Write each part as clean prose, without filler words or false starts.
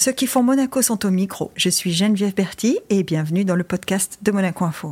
Ceux qui font Monaco sont au micro. Je suis Geneviève Berthy et bienvenue dans le podcast de Monaco Info.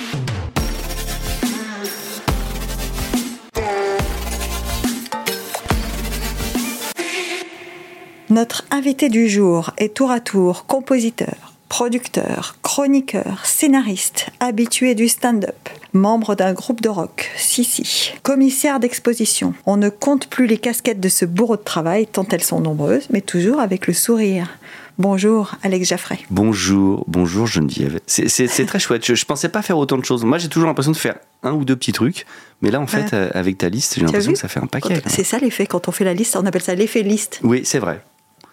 Notre invité du jour est tour à tour compositeur, producteur, chroniqueur, scénariste, habitué du stand-up, membre d'un groupe de rock, Sissi, commissaire d'exposition. On ne compte plus les casquettes de ce bourreau de travail, tant elles sont nombreuses, mais toujours avec le sourire. Bonjour Alex Jaffray. Bonjour Geneviève. C'est très chouette. Je pensais pas faire autant de choses. Moi, j'ai toujours l'impression de faire un ou deux petits trucs, mais là, en fait, avec ta liste, j'ai l'impression que ça fait un paquet. C'est ça l'effet quand on fait la liste. On appelle ça l'effet liste. Oui, c'est vrai.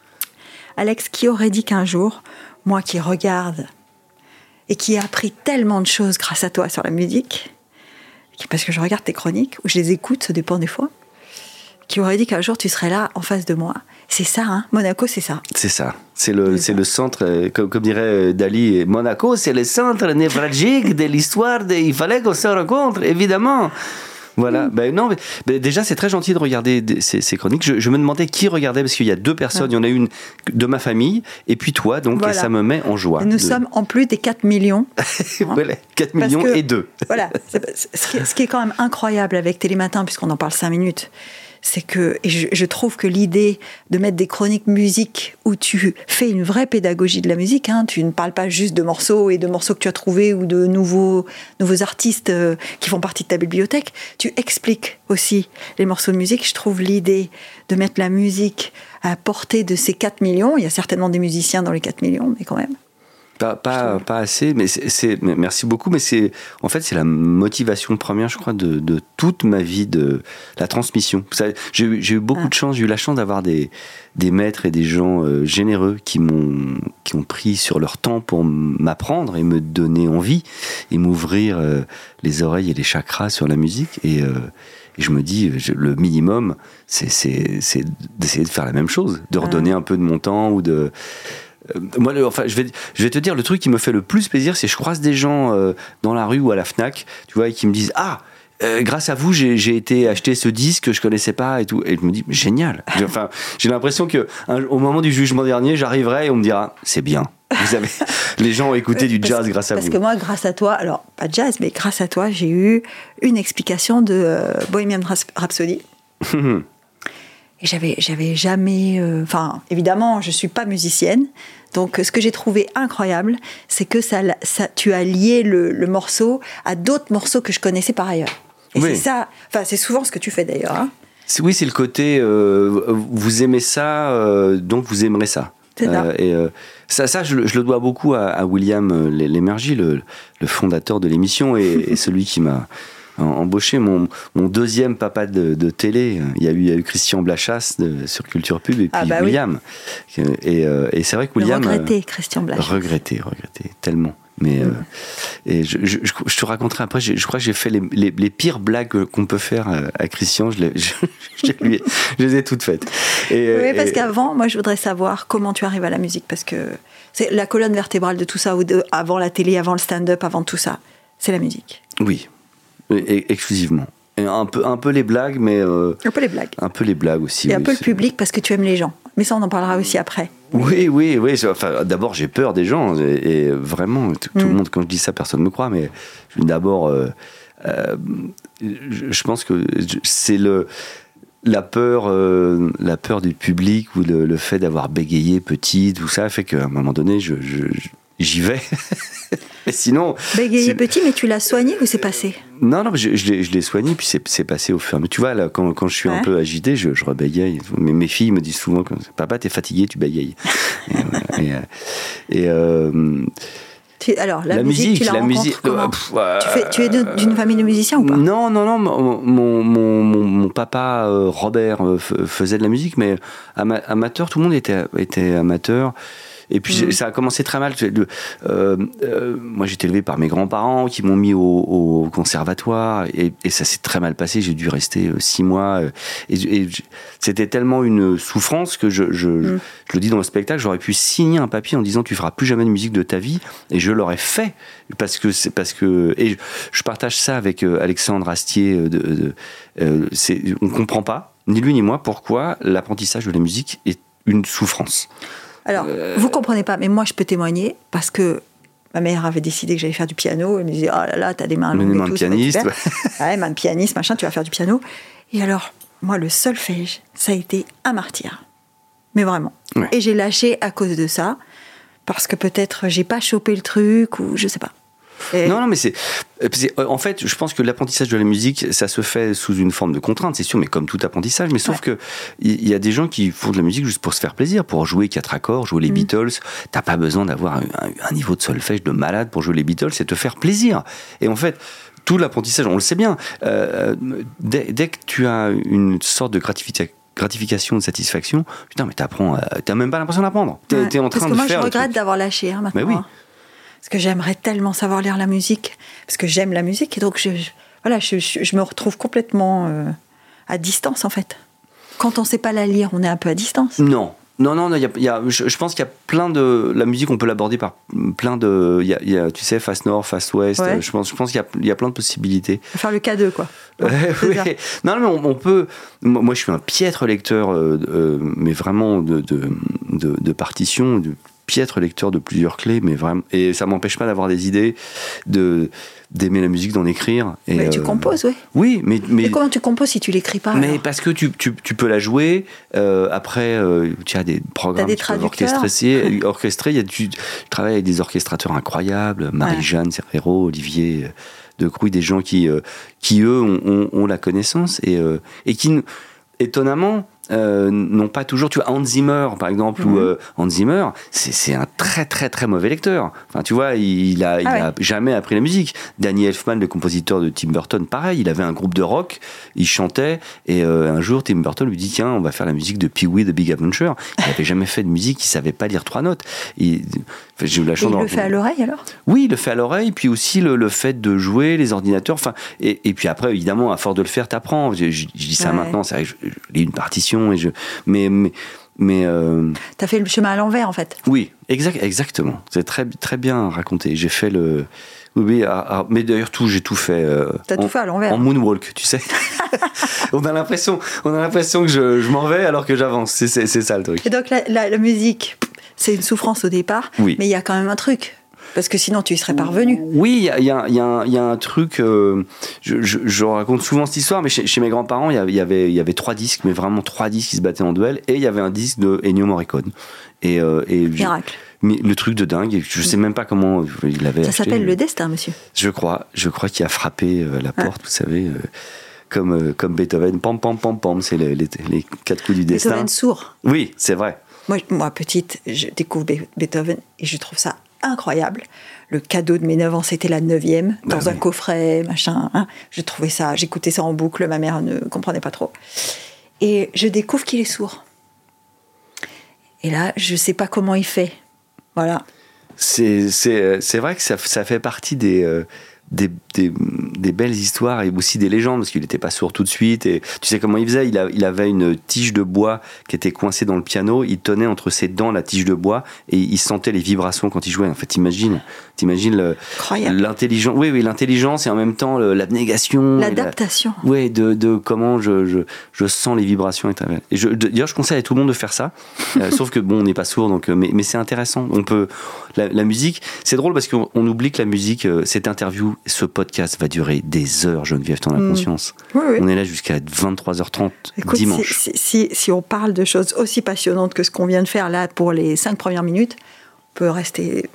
Alex, qui aurait dit qu'un jour, moi qui regarde et qui ai appris tellement de choses grâce à toi sur la musique, parce que je regarde tes chroniques, ou je les écoute, ça dépend des fois, qui aurait dit qu'un jour tu serais là en face de moi. C'est ça, hein, Monaco, c'est ça. C'est ça. C'est le centre, comme dirait Dali, Monaco, c'est le centre névralgique de l'histoire. Il fallait qu'on se rencontre, évidemment. Voilà. Non, mais déjà, c'est très gentil de regarder ces chroniques. Je me demandais qui regardait, parce qu'il y a deux personnes. Il y en a une de ma famille, et puis toi, donc, voilà. Et ça me met en joie. Et nous sommes en plus des 4 millions. Voilà, 4 millions et 2. Voilà. Ce qui est quand même incroyable avec Télématin, puisqu'on en parle 5 minutes, c'est que, et je trouve que l'idée de mettre des chroniques musique où tu fais une vraie pédagogie de la musique, hein, tu ne parles pas juste de morceaux et de morceaux que tu as trouvés ou de nouveaux artistes qui font partie de ta bibliothèque, tu expliques aussi les morceaux de musique. Je trouve l'idée de mettre la musique à portée de ces 4 millions, il y a certainement des musiciens dans les 4 millions, mais quand même. Pas assez, mais merci beaucoup, mais c'est la motivation première, je crois, de toute ma vie, de la transmission. J'ai eu beaucoup de chance, j'ai eu la chance d'avoir des maîtres et des gens généreux qui ont pris sur leur temps pour m'apprendre et me donner envie et m'ouvrir les oreilles et les chakras sur la musique. Et je me dis, le minimum, c'est d'essayer de faire la même chose, de redonner un peu de mon temps ou de... Moi, je vais te dire, le truc qui me fait le plus plaisir, c'est que je croise des gens dans la rue ou à la Fnac, tu vois, et qui me disent grâce à vous, j'ai été acheter ce disque que je connaissais pas et tout. Et je me dis, génial. J'ai l'impression que au moment du jugement dernier, j'arriverai et on me dira, c'est bien. Les gens ont écouté du jazz grâce à vous. Parce que moi, grâce à toi, alors pas jazz, mais grâce à toi, j'ai eu une explication de Bohemian Rhapsody. Et j'avais jamais... évidemment, je suis pas musicienne. Donc, ce que j'ai trouvé incroyable, c'est que tu as lié le morceau à d'autres morceaux que je connaissais par ailleurs. Et oui. C'est ça... c'est souvent ce que tu fais, d'ailleurs. Hein. Oui, c'est le côté... vous aimez ça, donc vous aimerez ça. C'est ça. Ça je le dois beaucoup à William Lémergie, le fondateur de l'émission, et celui qui m'a... embauché mon deuxième papa de télé. Il y a eu Christian Blachas sur Culture Pub et puis William. Oui. Et c'est vrai que William... Regretté, Christian Blachas. Regretté, tellement. Mais et je te raconterai après, je crois que j'ai fait les pires blagues qu'on peut faire à Christian, je les ai toutes faites. Oui, parce qu'avant, moi je voudrais savoir comment tu arrives à la musique, parce que c'est la colonne vertébrale de tout ça, avant la télé, avant le stand-up, avant tout ça, c'est la musique. Oui. Exclusivement. Et un peu les blagues, mais... un peu les blagues. Un peu les blagues aussi. Et un peu le public, parce que tu aimes les gens. Mais ça, on en parlera aussi après. Oui. D'abord, j'ai peur des gens. Et vraiment, tout le monde, quand je dis ça, personne ne me croit. Mais d'abord, je pense que c'est la peur du public ou le fait d'avoir bégayé petit, tout ça fait qu'à un moment donné, j'y vais. Mais sinon... Bégayé petit, mais tu l'as soigné ou c'est passé ? Non, je l'ai soigné, puis c'est passé au fur et à mesure. Tu vois, là, quand je suis un peu agité, je rebégaye. Mais mes filles me disent souvent, papa, t'es fatigué, tu bégayes. Alors, la musique, tu la rencontres comment ? Tu es d'une famille de musiciens ou pas ? Non. Mon papa, Robert, faisait de la musique, mais amateur, tout le monde était amateur. Et puis ça a commencé très mal. Moi, j'ai été élevé par mes grands-parents qui m'ont mis au conservatoire et ça s'est très mal passé. J'ai dû rester 6 mois. Et c'était tellement une souffrance que je le dis dans le spectacle, j'aurais pu signer un papier en disant tu feras plus jamais de musique de ta vie, et je l'aurais fait parce que et je partage ça avec Alexandre Astier. On comprend pas, ni lui ni moi, pourquoi l'apprentissage de la musique est une souffrance. Alors, vous comprenez pas, mais moi, je peux témoigner parce que ma mère avait décidé que j'allais faire du piano. Elle me disait, oh là là, t'as des mains longues et tout. Main de pianiste. Ouais, main de pianiste, machin, tu vas faire du piano. Et alors, moi, le solfège, ça a été un martyr. Mais vraiment. Ouais. Et j'ai lâché à cause de ça. Parce que peut-être j'ai pas chopé le truc ou je sais pas. Non, mais en fait, je pense que l'apprentissage de la musique, ça se fait sous une forme de contrainte, c'est sûr, mais comme tout apprentissage. Mais sauf que il y a des gens qui font de la musique juste pour se faire plaisir, pour jouer 4 accords, jouer les Beatles. T'as pas besoin d'avoir un niveau de solfège de malade pour jouer les Beatles, c'est te faire plaisir. Et en fait, tout l'apprentissage, on le sait bien, dès que tu as une sorte de gratification, de satisfaction, putain, mais t'as même pas l'impression d'apprendre. T'es en train de faire. Parce que moi, je regrette d'avoir lâché maintenant. Mais oui. Parce que j'aimerais tellement savoir lire la musique, parce que j'aime la musique, et donc je me retrouve complètement à distance, en fait. Quand on ne sait pas la lire, on est un peu à distance. Non, je pense qu'il y a plein de... La musique, on peut l'aborder par plein de... Il y a, tu sais, face nord, face ouest. Ouais. Je pense qu'il y a plein de possibilités. Faire le K2, quoi. Oui. Non, mais on peut... Moi, je suis un piètre lecteur, mais vraiment de partitions, de piètre lecteur de plusieurs clés, mais vraiment... Et ça m'empêche pas d'avoir des idées, d'aimer la musique, d'en écrire. Et mais tu composes, oui. Oui, mais... Et comment tu composes si tu l'écris pas? Mais parce que tu peux la jouer, après, tu as des programmes qui peuvent orchestrer. Tu travailles avec des orchestrateurs incroyables, Marie-Jeanne Serrero, Olivier de Crouy, des gens qui eux, ont la connaissance et qui, étonnamment... non pas toujours, tu vois, Hans Zimmer par exemple, ou Hans Zimmer, c'est un très très très mauvais lecteur. Enfin, tu vois, il a jamais appris la musique. Danny Elfman, le compositeur de Tim Burton, pareil, il avait un groupe de rock, il chantait, et un jour Tim Burton lui dit tiens, on va faire la musique de Pee-wee the Big Adventure. Il avait jamais fait de musique, il savait pas lire 3 notes. J'ai eu la chance. Il le fait à l'oreille alors? Oui, il le fait à l'oreille, puis aussi le fait de jouer les ordinateurs, enfin, et puis après évidemment à force de le faire t'apprends. Je dis ça maintenant, c'est vrai que je lis une partition mais t'as fait le chemin à l'envers en fait. Oui, exactement. C'est très très bien raconté. J'ai fait le mais d'ailleurs j'ai tout fait. T'as tout fait à l'envers. En moonwalk, tu sais. on a l'impression que je m'en vais alors que j'avance. C'est ça le truc. Et donc la musique, c'est une souffrance au départ, mais il y a quand même un truc. Parce que sinon, tu y serais pas revenu. Oui, il y a un truc... je raconte souvent cette histoire, mais chez mes grands-parents, il y avait 3 disques, mais vraiment 3 disques qui se battaient en duel, et il y avait un disque de Ennio Morricone. Miracle. Le truc de dingue, je sais même pas comment il l'avait acheté. Ça s'appelle le destin, monsieur. Je crois qu'il a frappé la porte, vous savez... Comme Beethoven, pam pam pam pam, c'est les 4 coups du destin. Beethoven sourd. Oui, c'est vrai. Moi, petite, je découvre Beethoven et je trouve ça incroyable. Le cadeau de mes 9 ans, c'était la 9e, dans un coffret, machin. Hein. J'écoutais ça en boucle, ma mère ne comprenait pas trop. Et je découvre qu'il est sourd. Et là, je sais pas comment il fait. Voilà. C'est vrai que ça fait partie des belles histoires et aussi des légendes, parce qu'il n'était pas sourd tout de suite. Et tu sais comment il faisait? Il avait une tige de bois qui était coincée dans le piano, il tenait entre ses dents la tige de bois et il sentait les vibrations quand il jouait. En fait, t'imagines l'intelligence, oui, l'intelligence et en même temps l'abnégation, l'adaptation. De comment je sens les vibrations. D'ailleurs, je conseille à tout le monde de faire ça, sauf que on n'est pas sourd, donc mais c'est intéressant. On peut la musique, c'est drôle parce qu'on oublie que la musique, cette interview, ce podcast va durer des heures, Geneviève, t'en as conscience. Oui. On est là jusqu'à 23h30 dimanche. Si on parle de choses aussi passionnantes que ce qu'on vient de faire là pour les 5 premières minutes, on peut rester...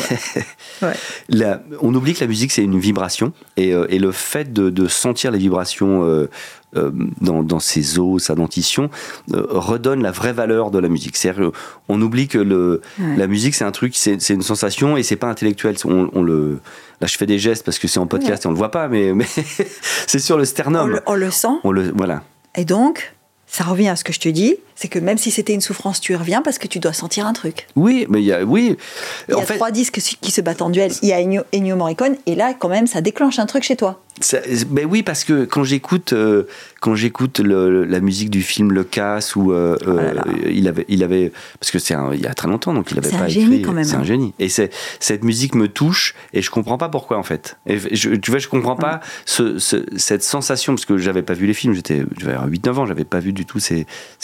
On oublie que la musique, c'est une vibration, et le fait de sentir les vibrations dans ses os, sa dentition, redonne la vraie valeur de la musique. C'est-à-dire qu'on oublie que la musique, c'est un truc, c'est une sensation et c'est pas intellectuel. Là, je fais des gestes parce que c'est en podcast et on le voit pas, mais c'est sur le sternum. On le sent. Voilà. Et donc, ça revient à ce que je te dis, c'est que même si c'était une souffrance, tu y reviens parce que tu dois sentir un truc. Oui, mais il y a 3 disques qui se battent en duel. Il y a Ennio Morricone, et là, quand même, ça déclenche un truc chez toi. Ben oui, parce que quand j'écoute la musique du film Le Casse, où il avait parce que il y a très longtemps, donc il avait pas écrit. C'est un génie quand même. C'est un génie. Et cette musique me touche et je comprends pas pourquoi en fait. Et tu vois, je comprends pas cette sensation, parce que j'avais pas vu les films. J'avais 8-9 ans, j'avais pas vu du tout ces longs métrages.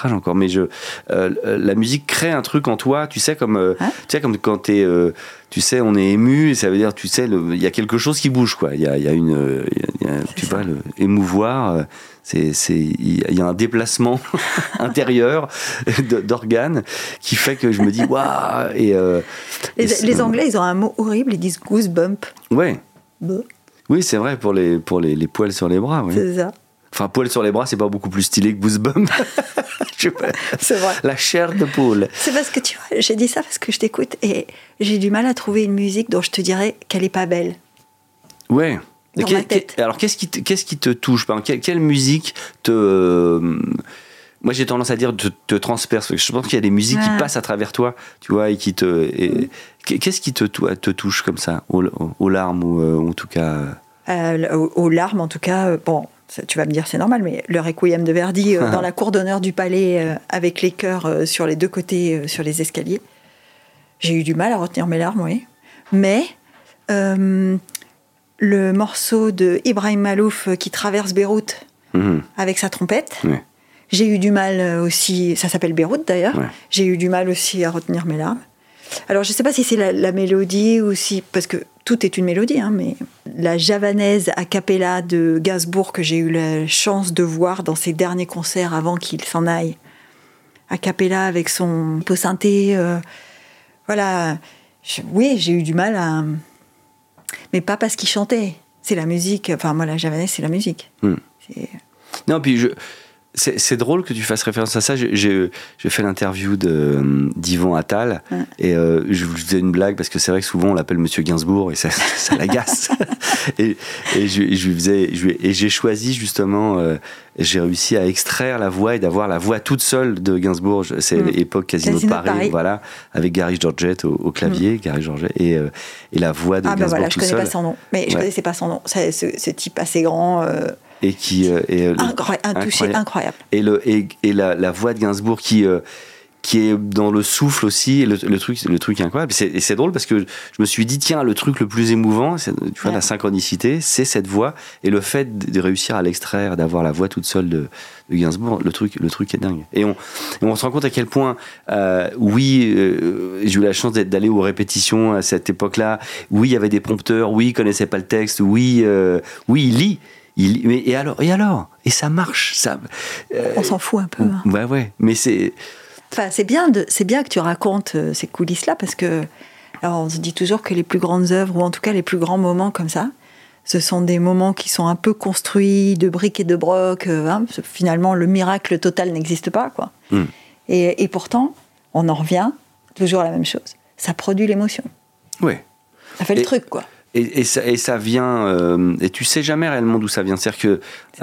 métrage encore, mais la musique crée un truc en toi, tu sais, comme quand t'es, tu sais, on est ému, et ça veut dire, tu sais, il y a quelque chose qui bouge, quoi. Il y a tu vois, émouvoir, il y a un déplacement intérieur d'organes qui fait que je me dis, waouh. Les Anglais, ils ont un mot horrible, ils disent goosebump. Ouais. Bah. Oui, c'est vrai, pour les poils sur les bras. Oui. C'est ça. Enfin, poils sur les bras, c'est pas beaucoup plus stylé que goosebump. C'est vrai. La chair de poule. C'est parce que, tu vois, j'ai dit ça parce que je t'écoute et j'ai du mal à trouver une musique dont je te dirais qu'elle est pas belle. Ouais. Dans ma tête. Alors, qu'est-ce qui te touche? Quelle musique te... Moi, j'ai tendance à dire te transperce. Parce que je pense qu'il y a des musiques qui passent à travers toi, tu vois, et qui te... Qu'est-ce qui te touche comme ça, aux larmes, ou en tout cas... Aux larmes, en tout cas, bon, tu vas me dire c'est normal, mais le Requiem de Verdi dans la cour d'honneur du palais, avec les chœurs sur les deux côtés, sur les escaliers, j'ai eu du mal à retenir mes larmes, oui. Mais le morceau de Ibrahim Malouf qui traverse Beyrouth avec sa trompette, j'ai eu du mal aussi, ça s'appelle Beyrouth d'ailleurs, j'ai eu du mal aussi à retenir mes larmes. Alors, je ne sais pas si c'est la mélodie ou si... Parce que tout est une mélodie, hein, mais la javanaise a cappella de Gainsbourg que j'ai eu la chance de voir dans ses derniers concerts avant qu'il s'en aille. A cappella avec son pot synthé. Voilà. Oui, j'ai eu du mal à... Mais pas parce qu'il chantait. C'est la musique. Enfin, moi, la javanaise, c'est la musique. Non, puis c'est drôle que tu fasses référence à ça. J'ai fait l'interview d'Yvan Attal et je vous faisais une blague parce que c'est vrai que souvent on l'appelle Monsieur Gainsbourg et ça l'agace. et j'ai choisi justement, j'ai réussi à extraire la voix et d'avoir la voix toute seule de Gainsbourg. C'est l'époque Casino de Paris, voilà, avec Gary Georgette au clavier, Gary Georgette et la voix de Gainsbourg voilà, tout seul. Je connais pas son nom, mais je connaissais pas son nom. Ce type assez grand. Et qui un toucher incroyable. Et la voix de Gainsbourg qui est dans le souffle aussi, et le truc incroyable. Et c'est drôle parce que je me suis dit, tiens, le truc le plus émouvant, tu vois, la synchronicité, c'est cette voix, et le fait de réussir à l'extraire, d'avoir la voix toute seule de Gainsbourg, le truc est dingue. Et on se rend compte à quel point, j'ai eu la chance d'aller aux répétitions à cette époque-là. Oui, il y avait des prompteurs. Oui, il connaissait pas le texte. Oui, il lit. Et alors et ça marche, ça. On s'en fout un peu. Hein. Ouais, mais c'est. Enfin, c'est bien que tu racontes ces coulisses-là parce que, alors, on se dit toujours que les plus grandes œuvres ou en tout cas les plus grands moments comme ça, ce sont des moments qui sont un peu construits de briques et de broc. Finalement, le miracle total n'existe pas, quoi. Et pourtant, on en revient toujours à la même chose. Ça produit l'émotion. Ouais. Ça fait le truc, quoi. Et ça vient, et tu sais jamais réellement d'où ça vient. C'est-à-dire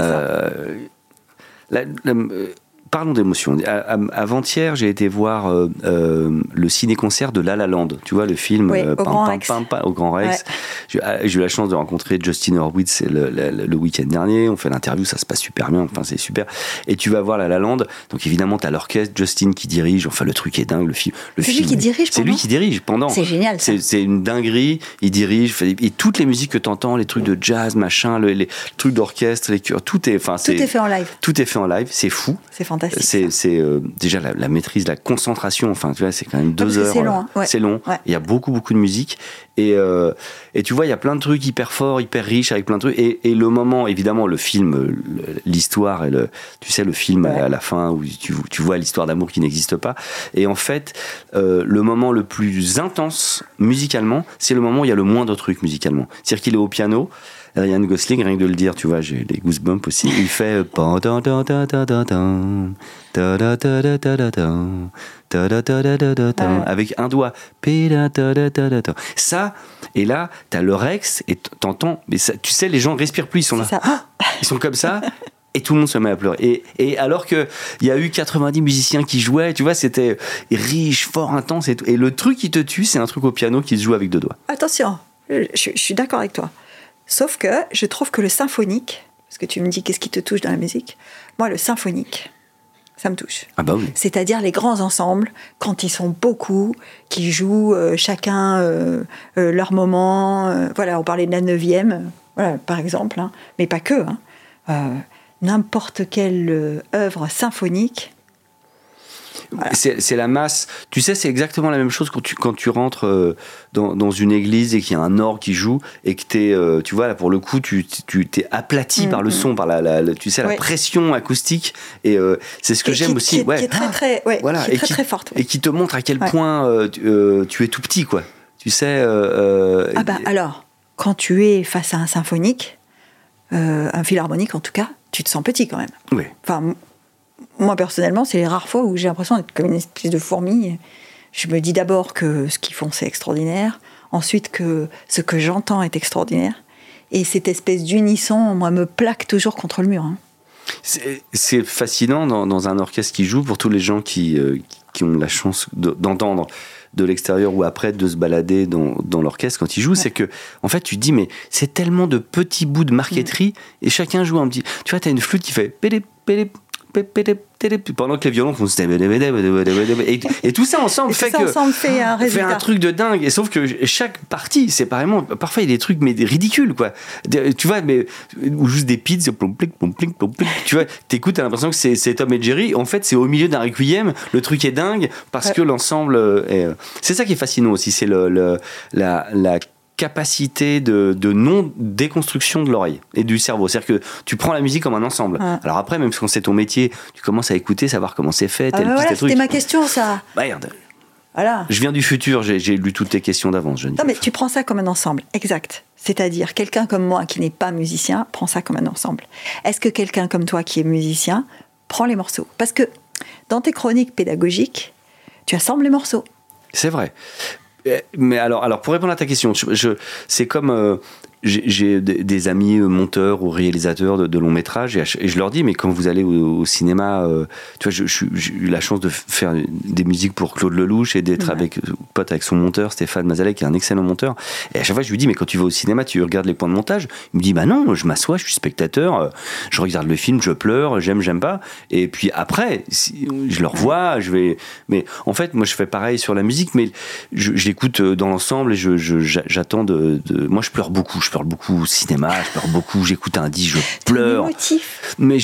que parlons d'émotion. Avant-hier, j'ai été voir le ciné-concert de La La Land. Tu vois, le film au Grand Rex. Ouais. J'ai eu la chance de rencontrer Justin Hurwitz le week-end dernier. On fait l'interview, ça se passe super bien. Enfin, c'est super. Et tu vas voir La La Land. Donc, évidemment, t'as l'orchestre, Justin qui dirige. Enfin, le truc est dingue. C'est lui qui dirige pendant. C'est lui qui dirige pendant. C'est génial, ça. C'est une dinguerie. Il dirige. Et toutes les musiques que t'entends, les trucs de jazz, machin, les trucs d'orchestre, les chœurs, tout est fait en live. Tout est fait en live. C'est fou. C'est fantastique. C'est déjà la maîtrise, la concentration. Enfin, tu vois, c'est quand même 2 heures. C'est long. C'est long. Ouais. Il y a beaucoup de musique. Et tu vois, il y a plein de trucs hyper forts, hyper riches, avec plein de trucs. Et le moment, évidemment, le film, l'histoire, et tu sais, le film à la fin où tu vois l'histoire d'amour qui n'existe pas. Et en fait, le moment le plus intense musicalement, c'est le moment où il y a le moindre truc musicalement. C'est-à-dire qu'il est au piano. Ryan Gosling, rien que de le dire, tu vois, j'ai des goosebumps aussi. Il fait avec un doigt. Ça, et là, t'as le Rex et t'entends. Mais ça, tu sais, les gens respirent plus, ils sont là. Ils sont comme ça. Et tout le monde se met à pleurer. Et alors qu'il y a eu 90 musiciens qui jouaient, tu vois, c'était riche, fort, intense. Et le truc qui te tue, c'est un truc au piano qui se joue avec 2 doigts. Attention, je suis d'accord avec toi. Sauf que je trouve que le symphonique, parce que tu me dis qu'est-ce qui te touche dans la musique, moi, le symphonique, ça me touche. Ah bah oui. C'est-à-dire les grands ensembles, quand ils sont beaucoup, qui jouent chacun leur moment. Voilà, on parlait de la 9e, voilà, par exemple, hein, mais pas que. N'importe quelle œuvre symphonique, Voilà. C'est la masse. Tu sais, c'est exactement la même chose quand tu rentres dans une église et qu'il y a un orgue qui joue et que tu vois, là, pour le coup, tu t'es aplati par le son, par la pression acoustique. Et c'est ce que j'aime aussi. Qui est très, très, voilà, qui est très, très forte. Et qui te montre à quel point tu es tout petit, quoi. Tu sais. Alors, quand tu es face à un symphonique, un philharmonique en tout cas, tu te sens petit quand même. Oui. Enfin, moi personnellement, c'est les rares fois où j'ai l'impression d'être comme une espèce de fourmi. Je me dis d'abord que ce qu'ils font c'est extraordinaire, ensuite que ce que j'entends est extraordinaire, et cette espèce d'unisson, moi, me plaque toujours contre le mur. Hein. C'est fascinant dans un orchestre qui joue, pour tous les gens qui ont la chance d'entendre de l'extérieur ou après de se balader dans l'orchestre quand il joue, c'est que en fait tu te dis mais c'est tellement de petits bouts de marqueterie et chacun joue un petit, tu vois, t'as une flûte qui fait pendant que les violons font et tout ça ensemble fait un résultat, fait un truc de dingue. Et sauf que chaque partie séparément, parfois il y a des trucs mais ridicules, quoi, tu vois, mais ou juste des pits plom plic, tu vois, t'écoutes, t'as l'impression que c'est Tom et Jerry, en fait c'est au milieu d'un requiem, le truc est dingue parce que l'ensemble c'est ça qui est fascinant aussi, c'est la capacité de non-déconstruction de l'oreille et du cerveau. C'est-à-dire que tu prends la musique comme un ensemble. Ouais. Alors après, même quand c'est ton métier, tu commences à écouter, savoir comment c'est fait, c'était ma question, ça. Merde. Voilà. Je viens du futur, j'ai lu toutes tes questions d'avance. Non, mais tu prends ça comme un ensemble, exact. C'est-à-dire, quelqu'un comme moi qui n'est pas musicien prend ça comme un ensemble. Est-ce que quelqu'un comme toi qui est musicien prend les morceaux ? Parce que dans tes chroniques pédagogiques, tu assembles les morceaux. C'est vrai. Mais alors, pour répondre à ta question, c'est comme j'ai des amis monteurs ou réalisateurs de longs métrages et je leur dis, mais quand vous allez au cinéma, tu vois, j'ai eu la chance de faire des musiques pour Claude Lelouch et d'être pote avec son monteur Stéphane Mazalek, qui est un excellent monteur. Et à chaque fois, je lui dis, mais quand tu vas au cinéma, tu regardes les points de montage. Il me dit, bah non, je m'assois, je suis spectateur, je regarde le film, je pleure, j'aime pas. Et puis après, je le revois, mais en fait, moi, je fais pareil sur la musique, mais je l'écoute dans l'ensemble et j'attends moi, je pleure beaucoup au cinéma, je pleure beaucoup, j'écoute un disque, je pleure. Mais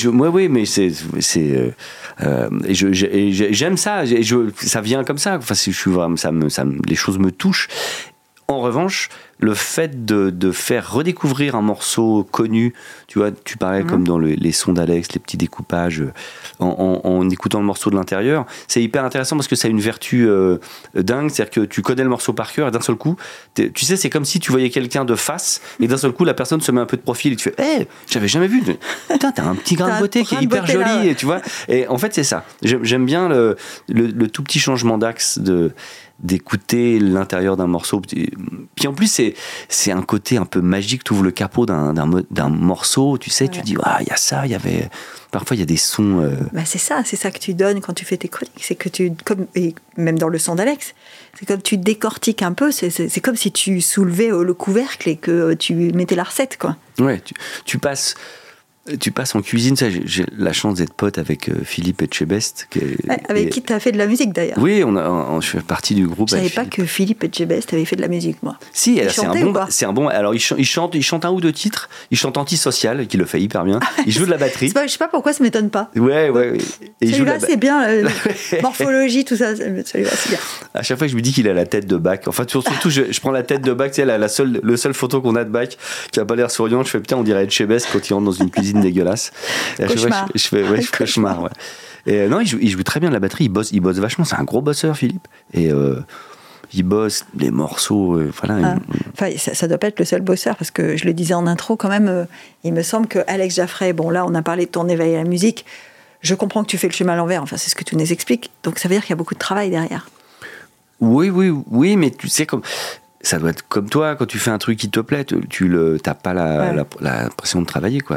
j'aime ça, ça vient comme ça. Enfin, je suis vraiment, les choses me touchent. En revanche, le fait de faire redécouvrir un morceau connu, tu vois, tu parlais comme dans les sons d'Alex, les petits découpages, en écoutant le morceau de l'intérieur, c'est hyper intéressant parce que ça a une vertu dingue, c'est-à-dire que tu connais le morceau par cœur et d'un seul coup, tu sais, c'est comme si tu voyais quelqu'un de face et d'un seul coup, la personne se met un peu de profil et tu fais, hey, j'avais jamais vu, putain, t'as un petit grain de beauté qui est hyper joli, là, ouais. Tu vois, et en fait, c'est ça. J'aime bien le tout petit changement d'axe d'écouter l'intérieur d'un morceau. Puis en plus, c'est un côté un peu magique. Tu ouvres le capot d'un morceau, tu sais, tu dis, il y a ça, il y avait... Parfois, il y a des sons... c'est ça que tu donnes quand tu fais tes chroniques. C'est que et même dans le son d'Alex, c'est comme tu décortiques un peu, c'est comme si tu soulevais le couvercle et que tu mettais la recette, quoi. Ouais, tu passes en cuisine, ça, j'ai la chance d'être pote avec Philippe Etchebest. Avec qui tu as fait de la musique d'ailleurs. Oui, je fais partie du groupe. Je savais pas que Philippe Etchebest avait fait de la musique, moi. Si, c'est un bon. Alors il chante un ou deux titres. Il chante Antisocial, qui le fait hyper bien. Il joue de la batterie. Je sais pas pourquoi ça m'étonne pas. Ouais. Et celui-là, c'est bien. Morphologie, tout ça. Celui-là, c'est bien. À chaque fois, je me dis qu'il a la tête de Bach. Enfin, surtout, je prends la tête de Bach. Tu sais, le seule photo qu'on a de Bach qui a pas l'air souriant. Je fais putain, on dirait Etchebest quand il rentre dans une cuisine dégueulasse. Et à chaque fois, je fais cauchemar. Ouais. Et non, il joue très bien de la batterie. Il bosse vachement. C'est un gros bosseur, Philippe. Et il bosse les morceaux. Voilà. Enfin, ça doit pas être le seul bosseur parce que je le disais en intro quand même. Il me semble que Alex Jaffray. Bon, là, on a parlé de ton éveil à la musique. Je comprends que tu fais le chemin à l'envers. Enfin, c'est ce que tu nous expliques. Donc, ça veut dire qu'il y a beaucoup de travail derrière. Oui, mais tu sais comme. Ça doit être comme toi, quand tu fais un truc qui te plaît, t'as pas la pression de travailler, quoi.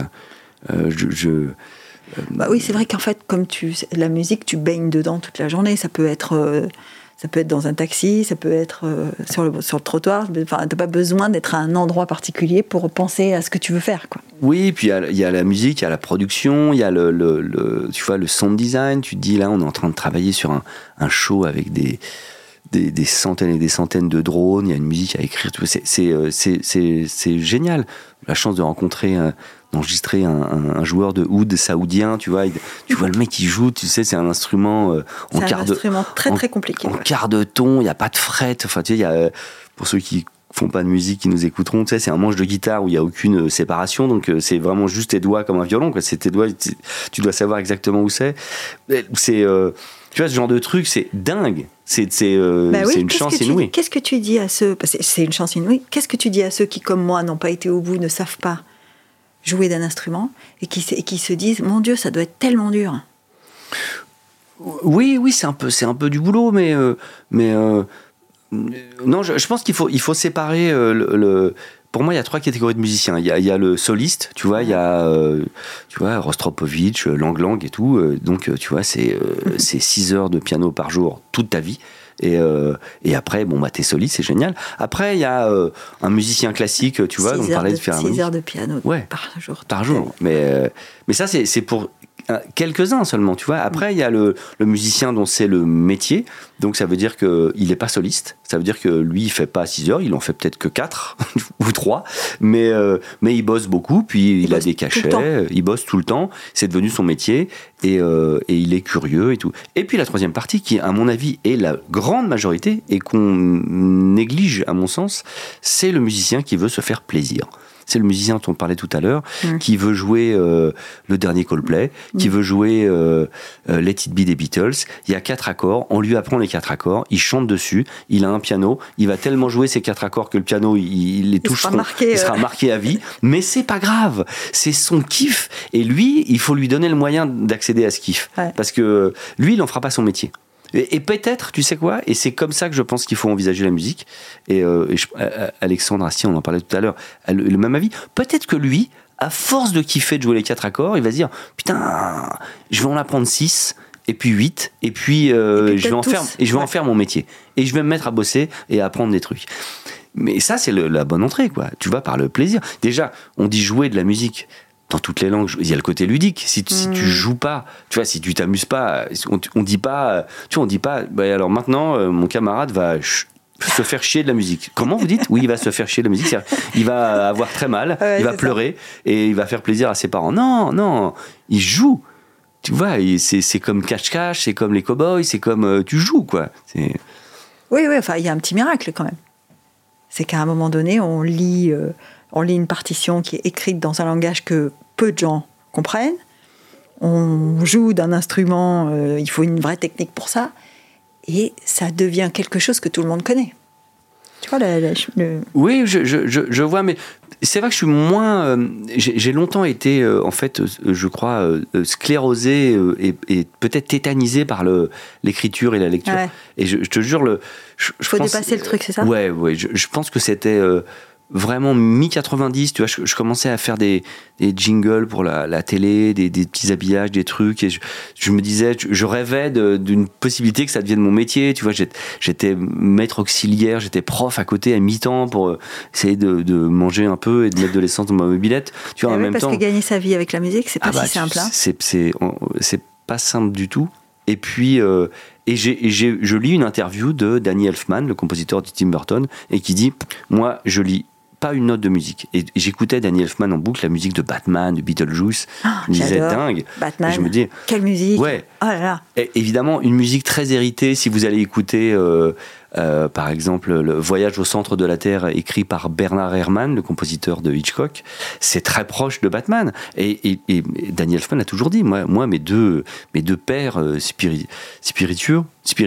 Oui, c'est vrai qu'en fait, comme la musique, tu baignes dedans toute la journée. Ça peut être dans un taxi, ça peut être sur le trottoir. Enfin, t'as pas besoin d'être à un endroit particulier pour penser à ce que tu veux faire, quoi. Oui, puis il y a la musique, il y a la production, il y a tu vois, le sound design. Tu te dis, là, on est en train de travailler sur un show avec des des centaines et des centaines de drones, il y a une musique à écrire, c'est génial. La chance de d'enregistrer un joueur de oud saoudien, tu vois le mec qui joue, tu sais, c'est un instrument en quart de... C'est un instrument très compliqué. En quart de ton, il n'y a pas de fret, enfin tu sais, il y a, pour ceux qui font pas de musique, qui nous écouteront, tu sais, c'est un manche de guitare où il n'y a aucune séparation, donc c'est vraiment juste tes doigts comme un violon, quoi. C'est tes doigts, tu dois savoir exactement où c'est. Tu vois, ce genre de truc, c'est dingue. C'est une chance inouïe. Qu'est-ce que tu dis à ceux... C'est une chance inouïe. Qu'est-ce que tu dis à ceux qui, comme moi, n'ont pas été au bout, ne savent pas jouer d'un instrument et qui se disent, mon Dieu, ça doit être tellement dur. Oui, c'est un peu du boulot, mais non, je pense qu'il faut séparer Pour moi, il y a 3 catégories de musiciens. Il y a le soliste, tu vois, il y a Rostropovitch, Lang Lang et tout. Donc, tu vois, c'est 6 heures de piano par jour toute ta vie. Et après, t'es soliste, c'est génial. Après, il y a un musicien classique, tu vois, on parlait de faire 6 heures de piano par jour. Par jour. Mais ça, c'est pour quelques-uns seulement, tu vois. Après, il y a le musicien dont c'est le métier. Donc, ça veut dire qu'il n'est pas soliste. Ça veut dire que lui, il fait pas 6 heures, il en fait peut-être que 4 ou 3. Mais il bosse beaucoup, puis il a des cachets, il bosse tout le temps. C'est devenu son métier et il est curieux et tout. Et puis, la 3e partie, qui, à mon avis, est la grande majorité et qu'on néglige, à mon sens, c'est le musicien qui veut se faire plaisir. C'est le musicien dont on parlait tout à l'heure, qui veut jouer le dernier Coldplay, qui veut jouer Let It Be des Beatles. Il y a 4 accords, on lui apprend les 4 accords, il chante dessus, il a un piano, il va tellement jouer ces 4 accords que le piano, il sera marqué à vie. Mais c'est pas grave, c'est son kiff. Et lui, il faut lui donner le moyen d'accéder à ce kiff. Ouais. Parce que lui, il n'en fera pas son métier. Et peut-être, tu sais quoi, et c'est comme ça que je pense qu'il faut envisager la musique, Alexandre Astier, on en parlait tout à l'heure, le même avis, peut-être que lui, à force de kiffer de jouer les 4 accords, il va se dire, putain, je vais en apprendre 6, et puis 8, et puis je vais en faire mon métier, et je vais me mettre à bosser et à apprendre des trucs. Mais ça, c'est la bonne entrée, quoi. Tu vas par le plaisir. Déjà, on dit jouer de la musique. Dans toutes les langues, il y a le côté ludique. Si tu joues pas, tu vois, si tu t'amuses pas, on dit pas, alors maintenant, mon camarade va se faire chier de la musique. Comment vous dites ? Oui, il va se faire chier de la musique. Il va avoir très mal, il va pleurer et il va faire plaisir à ses parents. Non, il joue. Tu vois, c'est comme cache-cache, c'est comme les cow-boys, c'est comme tu joues, quoi. Oui, enfin, il y a un petit miracle quand même. C'est qu'à un moment donné, on lit une partition qui est écrite dans un langage que peu de gens comprennent. On joue d'un instrument, il faut une vraie technique pour ça. Et ça devient quelque chose que tout le monde connaît. Tu vois, Oui, je vois, mais c'est vrai que je suis moins... j'ai longtemps été, en fait, je crois, sclérosé et peut-être tétanisé par l'écriture et la lecture. Ouais. Et je te jure... Il faut dépasser le truc, c'est ça ? Ouais, je pense que c'était... vraiment mi-90, tu vois, je commençais à faire des jingles pour la télé, des petits habillages, des trucs, et je me disais, je rêvais d'une possibilité que ça devienne mon métier, tu vois, j'étais maître auxiliaire, j'étais prof à côté à mi-temps pour essayer de manger un peu et de mettre de l'essence dans ma mobilette, tu vois, en même temps. Parce que gagner sa vie avec la musique, c'est pas si simple. Hein. C'est pas simple du tout. Et puis, je lis une interview de Danny Elfman, le compositeur de Tim Burton, et qui dit, moi, je lis pas une note de musique. Et j'écoutais Danny Elfman en boucle, la musique de Batman, de Beetlejuice. Je me disais, dingue. Batman. Et je me dis, quelle musique. Ouais. Oh là là. Et évidemment, une musique très héritée. Si vous allez écouter, par exemple, le Voyage au centre de la Terre, écrit par Bernard Herrmann, le compositeur de Hitchcock, c'est très proche de Batman. Et Danny Elfman a toujours dit, moi mes deux pères spirituels.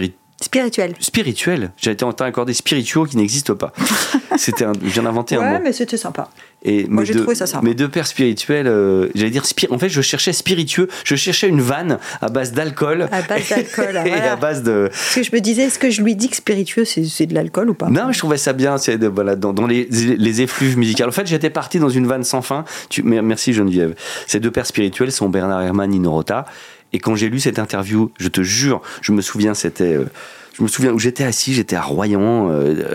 J'ai été en train d'accordé spirituaux qui n'existent pas. Je viens d'inventer un mot. Ouais, mais c'était sympa. Et moi, j'ai trouvé ça sympa. Mes 2 pères spirituels, j'allais dire en fait, je cherchais spiritueux. Je cherchais une vanne à base d'alcool. Et à base de. Parce que je me disais, est-ce que je lui dis que spiritueux, c'est de l'alcool ou pas ? Non, mais je trouvais ça bien. Dans les effluves musicales. En fait, j'étais parti dans une vanne sans fin. Merci Geneviève. Ces 2 pères spirituels sont Bernard Herrmann, Nino Rota. Et quand j'ai lu cette interview, je te jure, je me souviens, c'était Je me souviens où j'étais assis, j'étais à Royan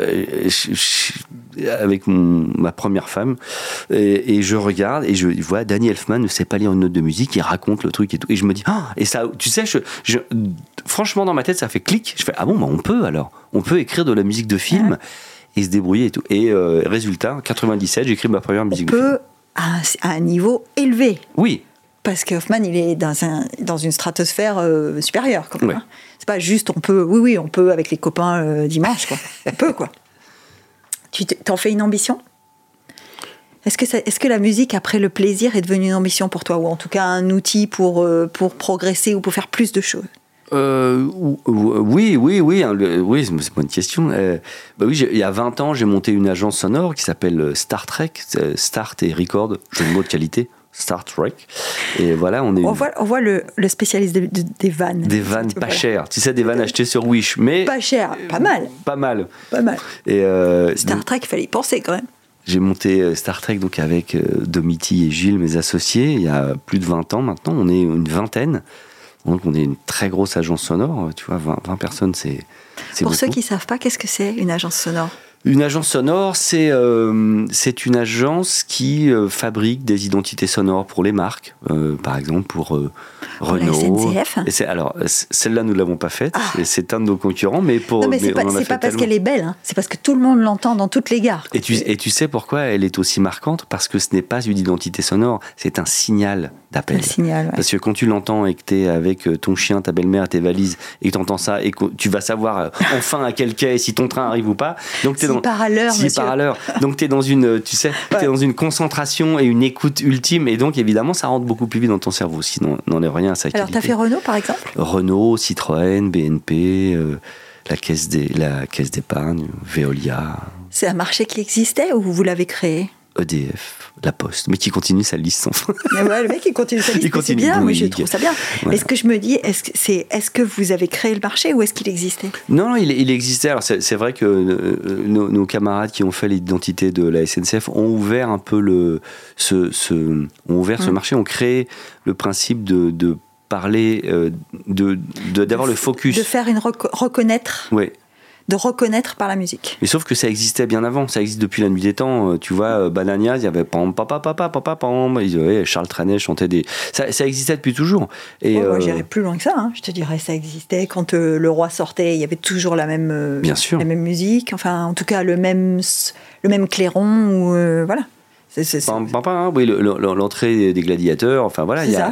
avec ma première femme et je regarde et je vois Danny Elfman ne sait pas lire une note de musique, il raconte le truc et tout et je me dis et ça, tu sais, franchement dans ma tête ça fait clic. Je fais ah bon, bah on peut écrire de la musique de film et se débrouiller et tout. Et résultat, en 97, j'écris ma première musique de film. À un niveau élevé. Oui. Parce que Hoffman, il est dans une stratosphère supérieure. Quand même, ouais. Hein. C'est pas juste, on peut avec les copains dimanche, quoi. On peut, quoi. Tu t'en fais une ambition ? Est-ce que la musique, après le plaisir, est devenue une ambition pour toi ? Ou en tout cas un outil pour progresser ou pour faire plus de choses ? Oui, c'est pas une question. Oui, il y a 20 ans, j'ai monté une agence sonore qui s'appelle Star Trek, Start et Record, jeu de mots de qualité. Star Trek. Et voilà, on voit le spécialiste des vannes. Des vannes pas chères. Tu sais, des vannes achetées sur Wish. Mais pas cher, pas mal. Pas mal. Et Star Trek, il fallait y penser quand même. J'ai monté Star Trek donc avec Domiti et Gilles, mes associés, il y a plus de 20 ans maintenant. On est une vingtaine. Donc on est une très grosse agence sonore. Tu vois, 20 personnes, c'est Pour beaucoup. Ceux qui ne savent pas, qu'est-ce que c'est une agence sonore ? Une agence sonore, c'est une agence qui fabrique des identités sonores pour les marques, par exemple pour Renault. La SNCF. Celle-là, nous ne l'avons pas faite, et c'est un de nos concurrents, mais pour. Non, mais c'est pas parce qu'elle est belle, hein. C'est parce que tout le monde l'entend dans toutes les gares. Et tu sais pourquoi elle est aussi marquante ? Parce que ce n'est pas une identité sonore, c'est un signal d'appel. Un signal, ouais. Parce que quand tu l'entends et que tu es avec ton chien, ta belle-mère, tes valises, et que tu entends ça, et que tu vas savoir enfin à quel quai, si ton train arrive ou pas. Donc t'es par à l'heure, monsieur. Par à l'heure. Donc t'es dans une, tu sais, t'es dans une concentration et une écoute ultime, et donc évidemment ça rentre beaucoup plus vite dans ton cerveau. Sinon, n'enlève rien à sa qualité. Alors t'as fait Renault par exemple ? Renault, Citroën, BNP, la caisse d'épargne, Veolia. C'est un marché qui existait ou vous l'avez créé ? EDF, La Poste, mais qui continue sa liste sans fin. Ouais, le mec il continue sa liste, c'est bien, oui, je trouve ça bien. Ouais. Mais ce que je me dis, est-ce que vous avez créé le marché ou est-ce qu'il existait ? Non, il existait. Alors c'est vrai que nos camarades qui ont fait l'identité de la SNCF ont ouvert un peu ce marché, ont créé le principe de parler, d'avoir le focus. De faire reconnaître. Oui. De reconnaître par la musique. Mais sauf que ça existait bien avant, ça existe depuis la nuit des temps. Tu vois, Banania, il y avait pam papa papa papa pam. Charles Trenet chantait des. Ça existait depuis toujours. Et moi, j'irais plus loin que ça. Hein. Je te dirais, ça existait quand le roi sortait. Il y avait toujours la même. Bien sûr. La même musique. Enfin, en tout cas, le même clairon ou voilà. Pam papa. Hein, oui, l'entrée des gladiateurs. Enfin voilà, il y a.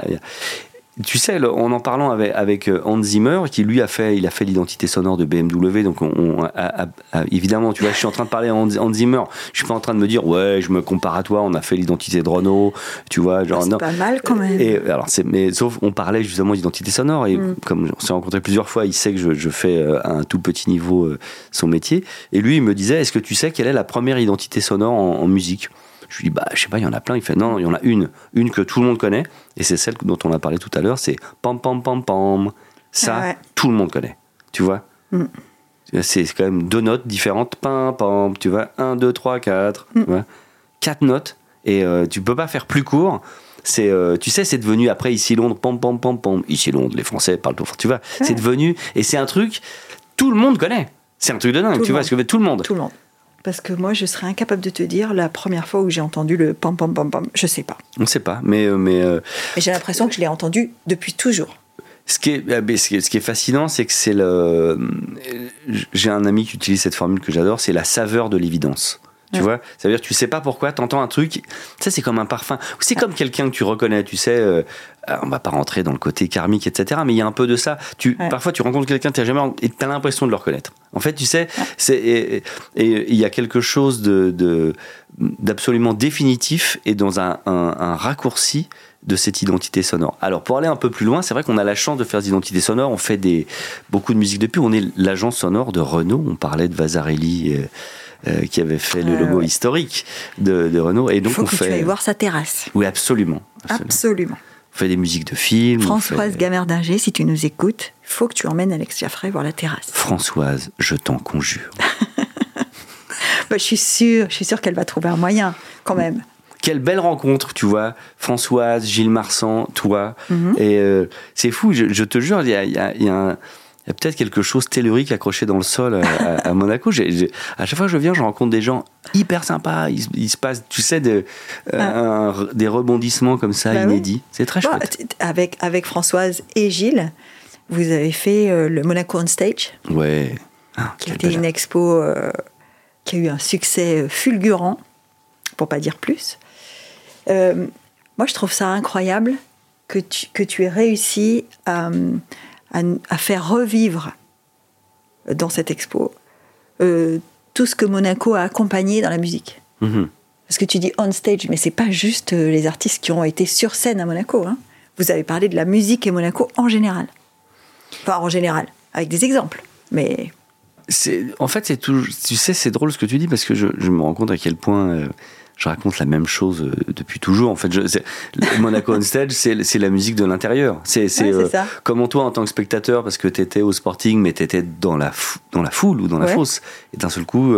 Tu sais, en parlant avec Hans Zimmer, qui lui a fait l'identité sonore de BMW, donc évidemment, tu vois, je suis en train de parler à Hans Zimmer, je suis pas en train de me dire, ouais, je me compare à toi, on a fait l'identité de Renault, tu vois, genre, c'est non. pas mal quand même. Et alors, mais sauf, on parlait justement d'identité sonore, et comme on s'est rencontrés plusieurs fois, il sait que je fais à un tout petit niveau son métier, et lui, il me disait, est-ce que tu sais quelle est la première identité sonore en musique ? Je lui dis, je sais pas, il y en a plein. Il fait, non, il y en a une que tout le monde connaît, et c'est celle dont on a parlé tout à l'heure, c'est pam pam pam pam. Ça, tout le monde connaît, tu vois. C'est quand même 2 notes différentes, pam pam, tu vois, 1, 2, 3, 4, tu vois, 4 notes, et tu peux pas faire plus court. C'est, tu sais, c'est devenu après ici Londres, pam pam pam pam, ici Londres, les Français parlent tout fort, tu vois. C'est devenu, et c'est un truc, tout le monde connaît. C'est un truc de dingue, tu vois, parce que tout le monde. Tout le monde. Parce que moi, je serais incapable de te dire la première fois où j'ai entendu le pam pam pam pam. Je sais pas. On ne sait pas, mais j'ai l'impression que je l'ai entendu depuis toujours. Ce qui est fascinant, c'est que j'ai un ami qui utilise cette formule que j'adore, c'est la saveur de l'évidence. Tu vois, ça veut dire que tu sais pas pourquoi, t'entends un truc, ça c'est comme un parfum, ou c'est comme quelqu'un que tu reconnais, tu sais, on va pas rentrer dans le côté karmique, etc., mais il y a un peu de ça. Parfois tu rencontres quelqu'un, et t'as l'impression de le reconnaître. En fait, tu sais, et il y a quelque chose d'absolument définitif et dans un raccourci de cette identité sonore. Alors, pour aller un peu plus loin, c'est vrai qu'on a la chance de faire des identités sonores, on fait beaucoup de musique depuis, on est l'agence sonore de Renault, on parlait de Vasarely, qui avait fait le logo historique de Renault. Et donc, il faut que tu ailles voir sa terrasse. Oui, absolument. Absolument. On fait des musiques de films. Françoise Gamerd'inger, si tu nous écoutes, il faut que tu emmènes Alex Jaffray voir la terrasse. Françoise, je t'en conjure. Je suis sûre qu'elle va trouver un moyen, quand même. Quelle belle rencontre, tu vois. Françoise, Gilles Marsan, toi. Et c'est fou, je te jure, il y a il y a peut-être quelque chose tellurique accroché dans le sol à Monaco. À chaque fois que je viens, je rencontre des gens hyper sympas. Il se passe, tu sais, des rebondissements comme ça, inédits. C'est très chouette. Avec Françoise et Gilles, vous avez fait le Monaco on Stage. Ouais. Qui était une expo qui a eu un succès fulgurant, pour pas dire plus. Moi, je trouve ça incroyable que tu aies réussi à faire revivre dans cette expo tout ce que Monaco a accompagné dans la musique. Mm-hmm. Parce que tu dis on stage, mais c'est pas juste les artistes qui ont été sur scène à Monaco. Hein. Vous avez parlé de la musique et Monaco en général. Enfin, en général, avec des exemples. Mais... En fait, c'est tout, tu sais, c'est drôle ce que tu dis, parce que je me rends compte à quel point... je raconte la même chose depuis toujours. En fait, Monaco on Stage, c'est la musique de l'intérieur. C'est comment toi, en tant que spectateur, parce que t'étais au Sporting, mais t'étais dans la foule ou dans la fosse. Et d'un seul coup,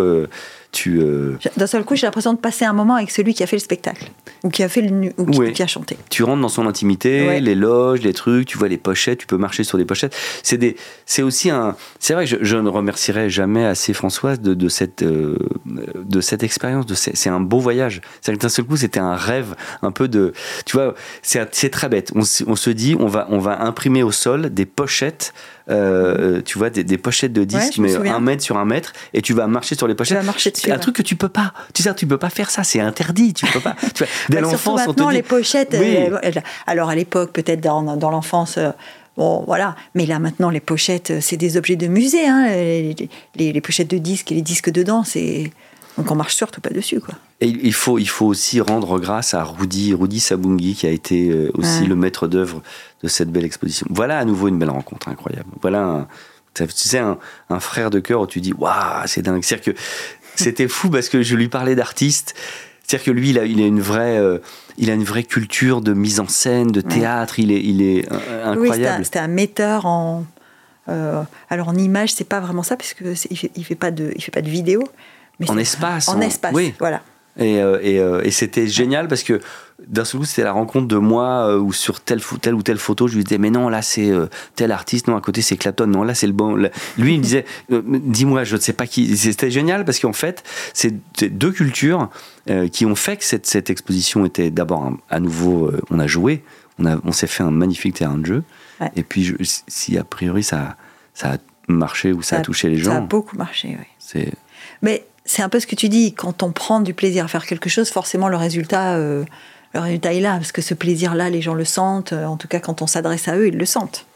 d'un seul coup, j'ai l'impression de passer un moment avec celui qui a fait le spectacle, ou qui a fait qui a chanté. Tu rentres dans son intimité, les loges, les trucs, tu vois les pochettes, tu peux marcher sur les pochettes. C'est aussi c'est vrai que je ne remercierai jamais assez Françoise de cette expérience. C'est un beau voyage. C'est-à-dire que d'un seul coup, c'était un rêve, un peu de, tu vois, c'est très bête. On se dit, on va imprimer au sol des pochettes. Tu vois des pochettes de disques, mais 1 mètre sur 1 mètre, et tu vas marcher sur les pochettes. C'est un truc que tu peux pas. Tu sais, tu peux pas faire ça, c'est interdit. Tu peux pas. Tu vois, dès l'enfance, on te dit. Les pochettes. Alors à l'époque, peut-être dans l'enfance. Bon, voilà. Mais là, maintenant, les pochettes, c'est des objets de musée. Hein. Les pochettes de disques et les disques dedans, c'est. Donc on marche surtout pas dessus, quoi. Et il faut aussi rendre grâce à Rudy Sabungi, qui a été aussi le maître d'œuvre de cette belle exposition. Voilà à nouveau une belle rencontre incroyable. Voilà tu sais, un frère de cœur où tu dis waouh, c'est dingue. C'est-à-dire que c'était fou, parce que je lui parlais d'artistes. C'est-à-dire que lui, il a une vraie culture de mise en scène, de théâtre. Il est incroyable. Oui, c'était un metteur en. Alors en image, c'est pas vraiment ça, parce que il fait pas de vidéo. Mais en espace. Oui. Voilà. Et c'était génial, parce que d'un seul coup, c'était la rencontre de moi où sur telle ou telle photo, je lui disais mais non, là c'est tel artiste, non, à côté c'est Clapton, non, là c'est le bon. Lui il me disait dis-moi, je ne sais pas qui. C'était génial, parce qu'en fait c'est 2 cultures qui ont fait que cette exposition était d'abord à nouveau, on a joué, on s'est fait un magnifique terrain de jeu, et puis si a priori ça a marché ou ça a touché les gens, ça a beaucoup marché, oui. Mais c'est un peu ce que tu dis, quand on prend du plaisir à faire quelque chose, forcément le résultat est là, parce que ce plaisir-là, les gens le sentent, en tout cas quand on s'adresse à eux, ils le sentent.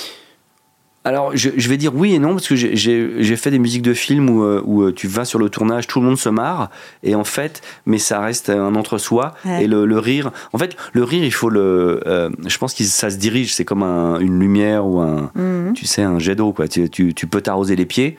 Alors, je vais dire oui et non, parce que j'ai fait des musiques de films où tu vas sur le tournage, tout le monde se marre, et en fait, mais ça reste un entre-soi, et le rire, en fait, le rire, il faut je pense que ça se dirige, c'est comme une lumière ou tu sais, un jet d'eau, quoi. Tu peux t'arroser les pieds,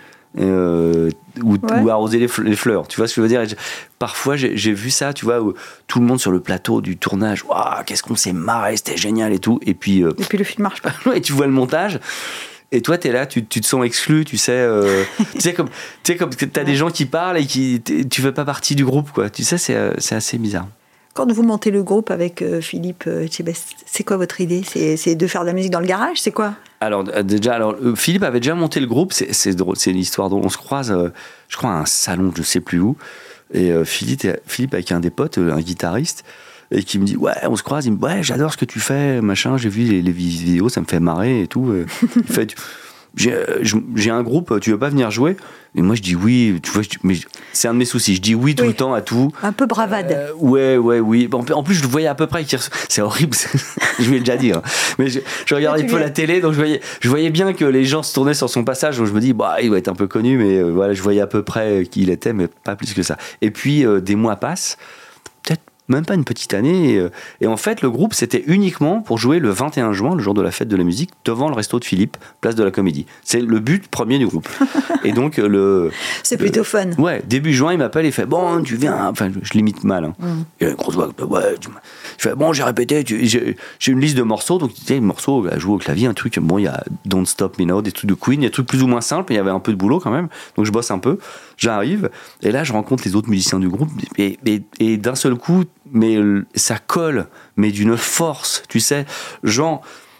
ou arroser les fleurs, tu vois ce que je veux dire. Parfois j'ai vu ça, tu vois, où tout le monde sur le plateau du tournage, waouh, qu'est-ce qu'on s'est marré, c'était génial et tout, et puis le film marche pas. Et tu vois le montage, et toi t'es là, tu te sens exclu, tu sais, comme t'as des gens qui parlent et tu fais pas partie du groupe, quoi. Tu sais, c'est assez bizarre. Quand vous montez le groupe avec Philippe Etchebest, c'est quoi votre idée ? C'est de faire de la musique dans le garage ? C'est quoi ? Alors Philippe avait déjà monté le groupe. C'est drôle, c'est une histoire dont on se croise, je crois, à un salon, je sais plus où. Et Philippe avec un des potes, un guitariste, et qui me dit ouais, on se croise. Il me dit ouais, j'adore ce que tu fais, machin. J'ai vu les vidéos, ça me fait marrer et tout. Il fait j'ai un groupe, tu veux pas venir jouer ? Et moi je dis oui, tu vois, mais c'est un de mes soucis, je dis oui tout le temps à tout. Un peu bravade. Oui. En plus je le voyais à peu près, c'est horrible, je lui ai déjà dit. Hein. Mais je regardais un peu la télé, donc je voyais bien que les gens se tournaient sur son passage, donc je me dis bah il doit être un peu connu, mais voilà, je voyais à peu près qui il était, mais pas plus que ça. Et puis des mois passent, peut-être même pas une petite année, et en fait le groupe c'était uniquement pour jouer le 21 juin, le jour de la fête de la musique, devant le resto de Philippe, place de la Comédie. C'est le but premier du groupe. Et donc c'est plutôt fun. Ouais, début juin il m'appelle et fait bon, tu viens, enfin je limite mal, hein. Il a une grosse voix, ouais, je fais bon, j'ai répété, j'ai une liste de morceaux, donc tu sais, morceaux à jouer au clavier, un truc, bon, il y a Don't Stop Me Now, des trucs de Queen, il y a des trucs plus ou moins simples, mais il y avait un peu de boulot quand même, donc je bosse un peu, j'arrive, et là je rencontre les autres musiciens du groupe, et d'un seul coup, mais ça colle, mais d'une force, tu sais, genre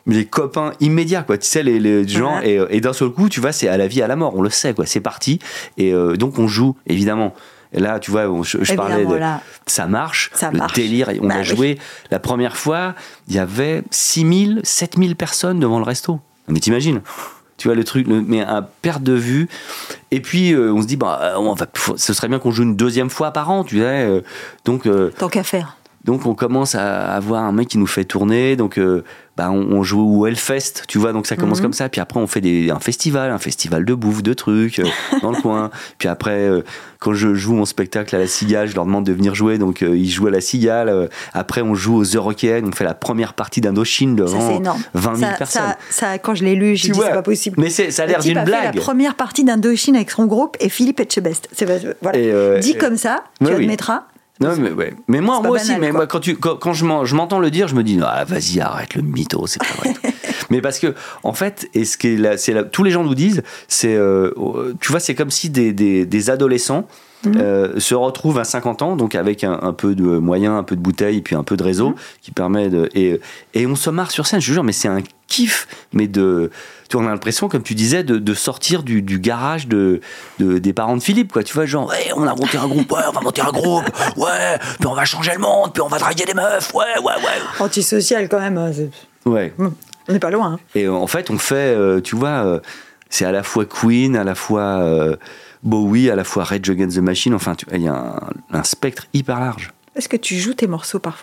les copains immédiats, quoi. Tu sais, les gens, et d'un seul coup, tu vois, c'est à la vie, à la mort, on le sait, quoi. C'est parti. Et donc, on joue, évidemment. Et là, tu vois, je parlais de... Ça marche, le délire. On a joué. La première fois, il y avait 6 000, 7 000 personnes devant le resto. Mais t'imagines ? Tu vois, le truc, mais à perte de vue. Et puis, on se dit, ce serait bien qu'on joue une deuxième fois par an, tu sais. Donc, tant qu'à faire. Donc, on commence à avoir un mec qui nous fait tourner. Donc, on joue au Hellfest, tu vois. Donc, ça commence comme ça. Puis après, on fait un festival de bouffe, de trucs dans le coin. Puis après, quand je joue mon spectacle à la Cigale, je leur demande de venir jouer. Donc, ils jouent à la Cigale. Après, on joue aux Eurocaines. On fait la première partie d'Indochine devant 20 000 personnes. Ça, quand je l'ai lu, j'ai dit, c'est pas possible. Mais ça a l'air d'une blague. Fait la première partie d'Indochine avec son groupe et Philippe Etchebest. Voilà. Dit comme ça, tu admettras. Non, mais moi aussi, banal, mais moi, quand je m'entends le dire, je me dis, vas-y, arrête le mytho, c'est pas vrai. Mais parce que, en fait, et ce qui est là, tous les gens nous disent, c'est, tu vois, c'est comme si des adolescents se retrouvent à 50 ans, donc avec un peu de moyens, un peu de bouteilles, et puis un peu de réseau qui permet de. Et on se marre sur scène, je te jure, mais c'est un kiff, mais tu vois, on a l'impression, comme tu disais, de sortir du garage des parents de Philippe, quoi. Tu vois, genre, on a monté un groupe, on va monter un groupe, puis on va changer le monde, puis on va draguer des meufs, ouais. Antisocial quand même. Ouais. On n'est pas loin. Hein. Et en fait, on fait, tu vois, c'est à la fois Queen, à la fois Bowie, à la fois Rage Against the Machine, enfin, il y a un spectre hyper large. Est-ce que tu joues tes morceaux parfois ?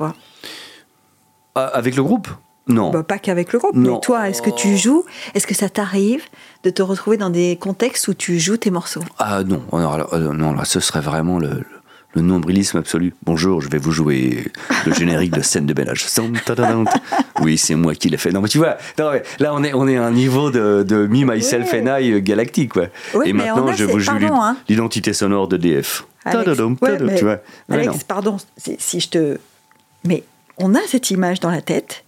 Avec le groupe ? Non. Pas qu'avec le groupe, non. Mais toi, est-ce que tu joues ? Est-ce que ça t'arrive de te retrouver dans des contextes où tu joues tes morceaux ? Ah non, non, là, ce serait vraiment le nombrilisme absolu. Bonjour, je vais vous jouer le générique de Scène de bel âge. Oui, c'est moi qui l'ai fait. Non, mais tu vois, là, on est à un niveau de Me, Myself and I galactique, quoi. Oui, et maintenant, je vous joue l'identité sonore de DF. Alex, tu vois. Alex, pardon, si je te... Mais on a cette image dans la tête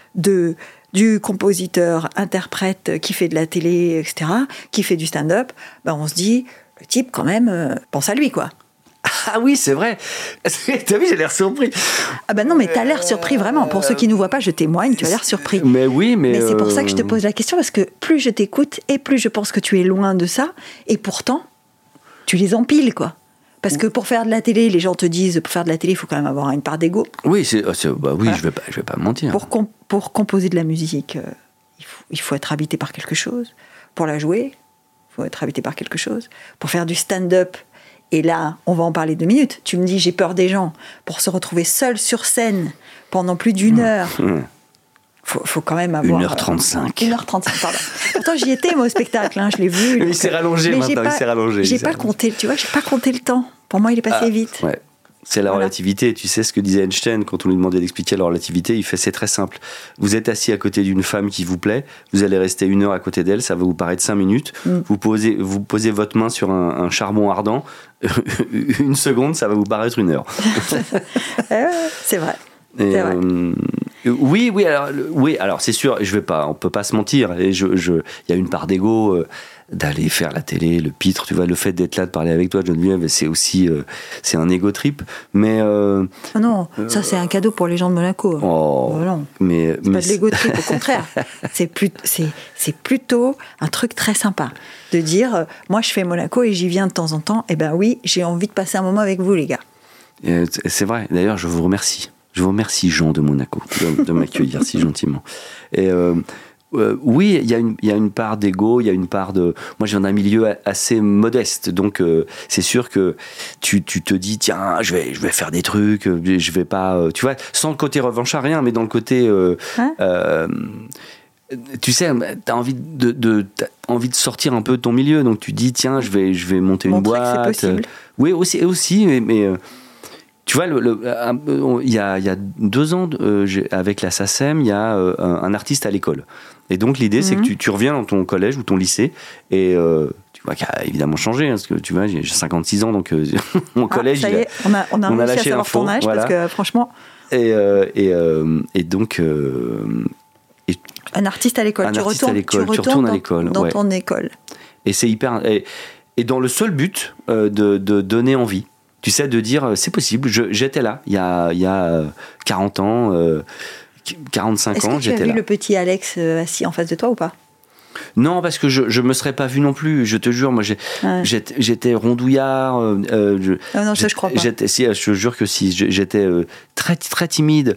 du compositeur, interprète qui fait de la télé, etc., qui fait du stand-up. On se dit, le type, quand même, pense à lui, quoi. Ah oui, c'est vrai. T'as vu, j'ai l'air surpris. Ah non, mais t'as l'air surpris, vraiment. Pour ceux qui ne voient pas, je témoigne, tu as l'air surpris. Mais oui, mais c'est pour ça que je te pose la question, parce que plus je t'écoute, et plus je pense que tu es loin de ça, et pourtant, tu les empiles, quoi. Parce que pour faire de la télé, les gens te disent, pour faire de la télé, il faut quand même avoir une part d'ego. Oui, voilà. je vais pas mentir. Pour composer de la musique, il faut être habité par quelque chose. Pour la jouer, il faut être habité par quelque chose. Pour faire du stand-up, et là, on va en parler 2 minutes. Tu me dis, j'ai peur des gens. Pour se retrouver seul sur scène pendant plus d'1 heure, faut quand même avoir... 1h35. 1h35, pardon. Pourtant, j'y étais, moi, au spectacle. Hein, je l'ai vu. Mais il s'est rallongé maintenant, il s'est rallongé. J'ai pas compté, tu vois, j'ai pas compté le temps. Pour moi, il est passé vite. Ouais. C'est la relativité. Tu sais ce que disait Einstein quand on lui demandait d'expliquer la relativité. Il fait, c'est très simple. Vous êtes assis à côté d'une femme qui vous plaît. Vous allez rester 1 heure à côté d'elle. Ça va vous paraître 5 minutes. Vous posez votre main sur un charbon ardent. 1 seconde, ça va vous paraître 1 heure. C'est vrai. Oui, alors c'est sûr, on peut pas se mentir. Et il y a une part d'ego d'aller faire la télé, le pitre, tu vois, le fait d'être là, de parler avec toi, Geneviève, c'est aussi, c'est un ego trip. Mais non, ça c'est un cadeau pour les gens de Monaco. Non. C'est pas de l'ego trip, au contraire. C'est plutôt un truc très sympa de dire, moi je fais Monaco et j'y viens de temps en temps. Et ben oui, j'ai envie de passer un moment avec vous, les gars. C'est vrai. D'ailleurs, je vous remercie. Je vous remercie, Jean de Monaco, de m'accueillir si gentiment. Et oui, il y a une part d'ego, il y a une part de... Moi, je viens d'un milieu assez modeste, donc c'est sûr que tu te dis, tiens, je vais faire des trucs, je vais pas... tu vois, sans le côté revanchard, rien, mais dans le côté... tu sais, t'as envie de sortir un peu de ton milieu, donc tu dis, tiens, je vais monter une boîte. Que c'est possible. Oui, aussi, mais tu vois, il y a 2 ans, avec la SACEM, il y a un artiste à l'école. Et donc, l'idée, c'est que tu reviens dans ton collège ou ton lycée, et tu vois, qui a évidemment changé, hein, parce que tu vois, j'ai 56 ans, donc mon collège, ça y est, on a réussi à savoir ton âge, voilà. Parce que franchement... Et donc... un artiste à l'école, tu retournes à l'école, dans ton école. Et c'est hyper... Et dans le seul but de donner envie. Tu sais, de dire, c'est possible, j'étais là, il y a 40 ans, 45 Est-ce ans, que tu as j'étais vu là. le petit Alex assis en face de toi ou pas? Non, parce que je me serais pas vu non plus, je te jure. Moi, j'étais rondouillard. Non, ça je crois pas. Si, je te jure que si. J'étais très, très timide.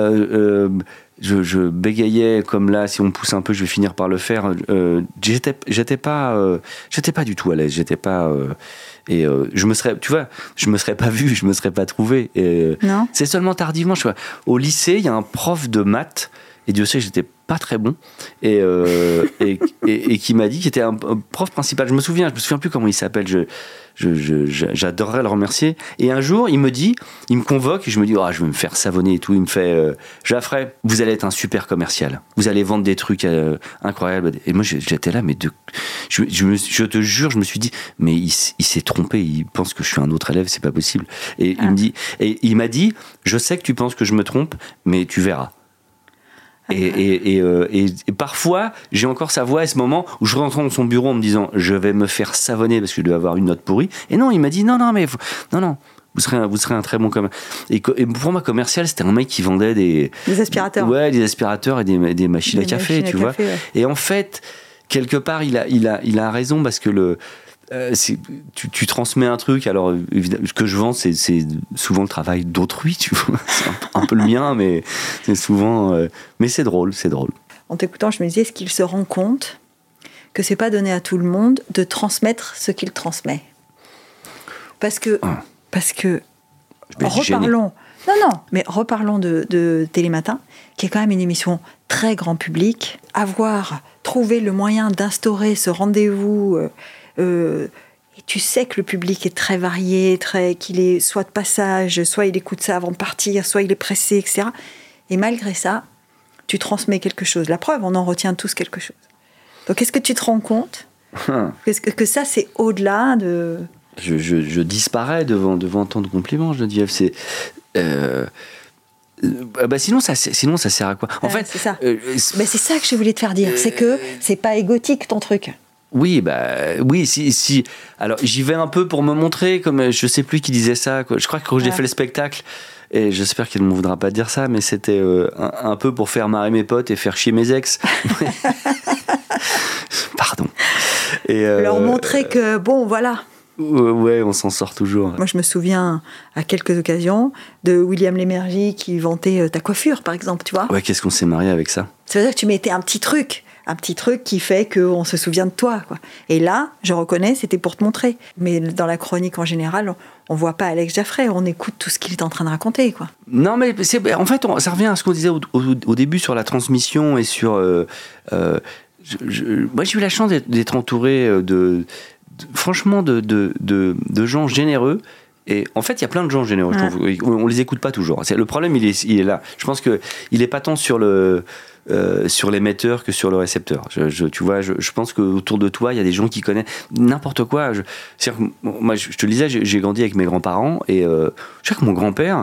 Je bégayais comme là. Si on me pousse un peu, je vais finir par le faire. J'étais pas du tout à l'aise. J'étais pas. Je me serais pas vu, je me serais pas trouvé. Non. C'est seulement tardivement. Au lycée, il y a un prof de maths. Et Dieu sait que j'étais pas très bon, et qui m'a dit, qui était un prof principal, je me souviens plus comment il s'appelle, j'adorerais le remercier, et un jour il me convoque, et je me dis, je vais me faire savonner et tout, il me fait, Geoffrey, vous allez être un super commercial, vous allez vendre des trucs incroyables, et moi j'étais là, mais je te jure, je me suis dit, mais il s'est trompé, il pense que je suis un autre élève, c'est pas possible, et il m'a dit, je sais que tu penses que je me trompe, mais tu verras. Et parfois, j'ai encore sa voix à ce moment où je rentre dans son bureau en me disant, je vais me faire savonner parce que je dois avoir une note pourrie. Et non, il m'a dit, non, vous serez un très bon commercial. Et pour moi, commercial, c'était un mec qui vendait des aspirateur. Ouais, des aspirateurs et des machines à café, tu vois. Ouais. Et en fait, quelque part, il a raison parce que tu transmets un truc, alors évidemment, ce que je vends, c'est souvent le travail d'autrui, tu vois. C'est un peu le mien, mais c'est souvent. Mais c'est drôle. En t'écoutant, je me disais, est-ce qu'il se rend compte que c'est pas donné à tout le monde de transmettre ce qu'il transmet? Parce que reparlons. Mais reparlons de Télématin, qui est quand même une émission très grand public. Avoir trouvé le moyen d'instaurer ce rendez-vous. Et tu sais que le public est très varié, qu'il est soit de passage, soit il écoute ça avant de partir, soit il est pressé, etc. Et malgré ça, tu transmets quelque chose. La preuve, on en retient tous quelque chose. Donc, est-ce que tu te rends compte que ça, c'est au-delà de... Je disparais devant tant de compliments, Geneviève. Sinon ça sert à quoi? En fait, c'est ça. C'est ça que je voulais te faire dire. C'est que c'est pas égotique ton truc. Oui, si. Alors, j'y vais un peu pour me montrer, comme je sais plus qui disait ça, quoi. Je crois que quand j'ai fait le spectacle, et j'espère qu'elle ne me voudra pas dire ça, mais c'était un peu pour faire marrer mes potes et faire chier mes ex. Pardon. Et leur montrer que, bon, voilà. Ouais, on s'en sort toujours. Moi, je me souviens, à quelques occasions, de William Lémergie qui vantait ta coiffure, par exemple, tu vois. Ouais, qu'est-ce qu'on s'est marié avec ça? Ça veut dire que tu mettais un petit truc qui fait qu'on se souvient de toi, quoi. Et là, je reconnais, c'était pour te montrer. Mais dans la chronique en général, on voit pas Alex Geoffrey, on écoute tout ce qu'il est en train de raconter, quoi. Non, mais en fait, ça revient à ce qu'on disait au début sur la transmission et sur... moi, j'ai eu la chance d'être entouré franchement de gens généreux. Et en fait, il y a plein de gens généreux. Je trouve. On les écoute pas toujours. Le problème, il est là. Je pense que il est pas tant sur l'émetteur que sur le récepteur. Tu vois, je pense qu'autour de toi, il y a des gens qui connaissent n'importe quoi. Moi, je te le disais, j'ai grandi avec mes grands-parents et je sais que mon grand-père.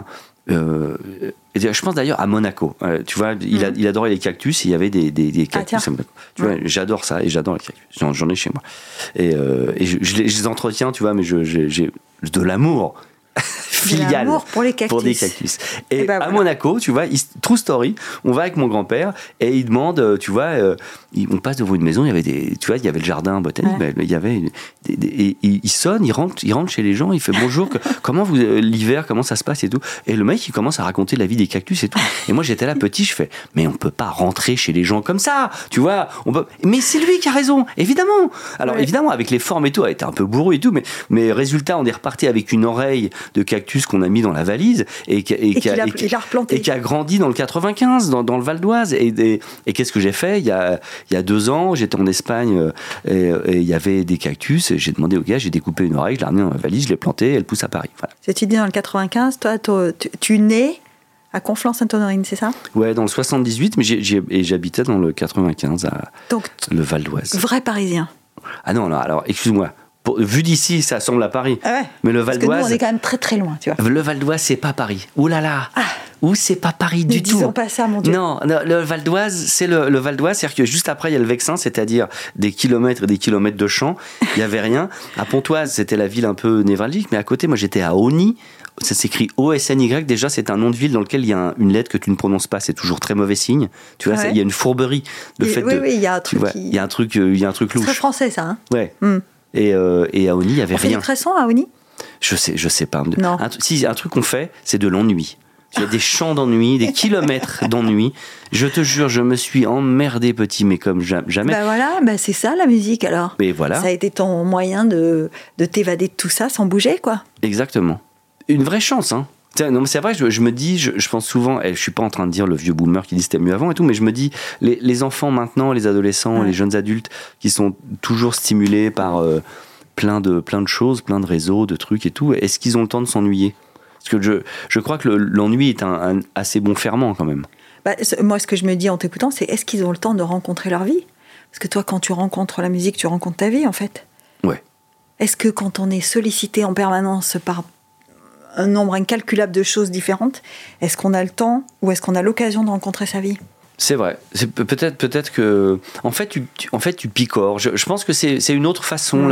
Je pense d'ailleurs à Monaco. Tu vois, il adorait les cactus. Et il y avait des cactus. Tu vois, j'adore ça et j'adore les cactus. J'en ai chez moi. Et je les entretiens, tu vois, mais j'ai de l'amour filial pour les cactus. Pour des cactus. Et à Monaco, tu vois, true story, on va avec mon grand-père et il demande, tu vois, on passe devant une maison, il y avait il y avait le jardin botanique, mais il y avait il sonne, il rentre chez les gens, il fait bonjour, comment l'hiver, comment ça se passe et tout. Et le mec, il commence à raconter la vie des cactus et tout. Et moi, j'étais là petit, je fais, mais on peut pas rentrer chez les gens comme ça, tu vois, mais c'est lui qui a raison, évidemment. Alors évidemment, avec les formes et tout, elle était un peu bourrue et tout, mais résultat, on est reparti avec une oreille de cactus qu'on a mis dans la valise et qui a grandi dans le 95, dans le Val d'Oise. Et qu'est-ce que j'ai fait il y a 2 ans, j'étais en Espagne et il y avait des cactus. Et j'ai demandé au gars, j'ai découpé une oreille, je l'ai ramenée dans la valise, je l'ai plantée, elle pousse à Paris. Voilà. Tu dis dans le 95, toi, tu nais à Conflans-Sainte-Honorine, c'est ça? Ouais, dans le 78, mais j'habitais dans le 95, le Val d'Oise. Vrai Parisien. Ah non, alors excuse-moi. Vu d'ici, ça semble à Paris. Ah ouais. Mais le Val d'Oise. Parce que nous, on est quand même très très loin, tu vois. Le Val d'Oise, c'est pas Paris. Ouh là là. où c'est pas Paris du tout. Ne disons pas ça, mon Dieu. Non, le Val d'Oise, c'est le Val d'Oise, c'est-à-dire que juste après, il y a le Vexin, c'est-à-dire des kilomètres et des kilomètres de champs, il n'y avait rien. À Pontoise, c'était la ville un peu névralgique, mais à côté, moi, j'étais à Osny. Ça s'écrit O-S-N-Y. Déjà, c'est un nom de ville dans lequel il y a une lettre que tu ne prononces pas. C'est toujours très mauvais signe. Tu vois, il y a une fourberie. Oui, il y a un truc. Il y a un truc louche. C'est très français, ça. Hein. Ouais. Et à Osny, il n'y avait rien. On fait des tressons à Osny ? Je sais pas. Non. Un truc qu'on fait, c'est de l'ennui. Il y a des champs d'ennui, des kilomètres d'ennui. Je te jure, je me suis emmerdé petit, mais comme jamais. Voilà, c'est ça la musique alors. Mais voilà. Ça a été ton moyen de t'évader de tout ça sans bouger, quoi. Exactement. Une vraie chance, hein. Non, mais c'est vrai, je me dis, je pense souvent, je suis pas en train de dire le vieux boomer qui dit c'était mieux avant et tout, mais je me dis, les enfants maintenant, les adolescents, les jeunes adultes qui sont toujours stimulés par plein de choses, plein de réseaux, de trucs et tout, est-ce qu'ils ont le temps de s'ennuyer ? Parce que je crois que l'ennui est un assez bon ferment quand même. Moi, ce que je me dis en t'écoutant, c'est est-ce qu'ils ont le temps de rencontrer leur vie ? Parce que toi, quand tu rencontres la musique, tu rencontres ta vie, en fait. Ouais. Est-ce que quand on est sollicité en permanence par un nombre incalculable de choses différentes, est-ce qu'on a le temps ou est-ce qu'on a l'occasion de rencontrer sa vie ? C'est vrai. Peut-être que en fait tu picores. Je pense que c'est une autre façon.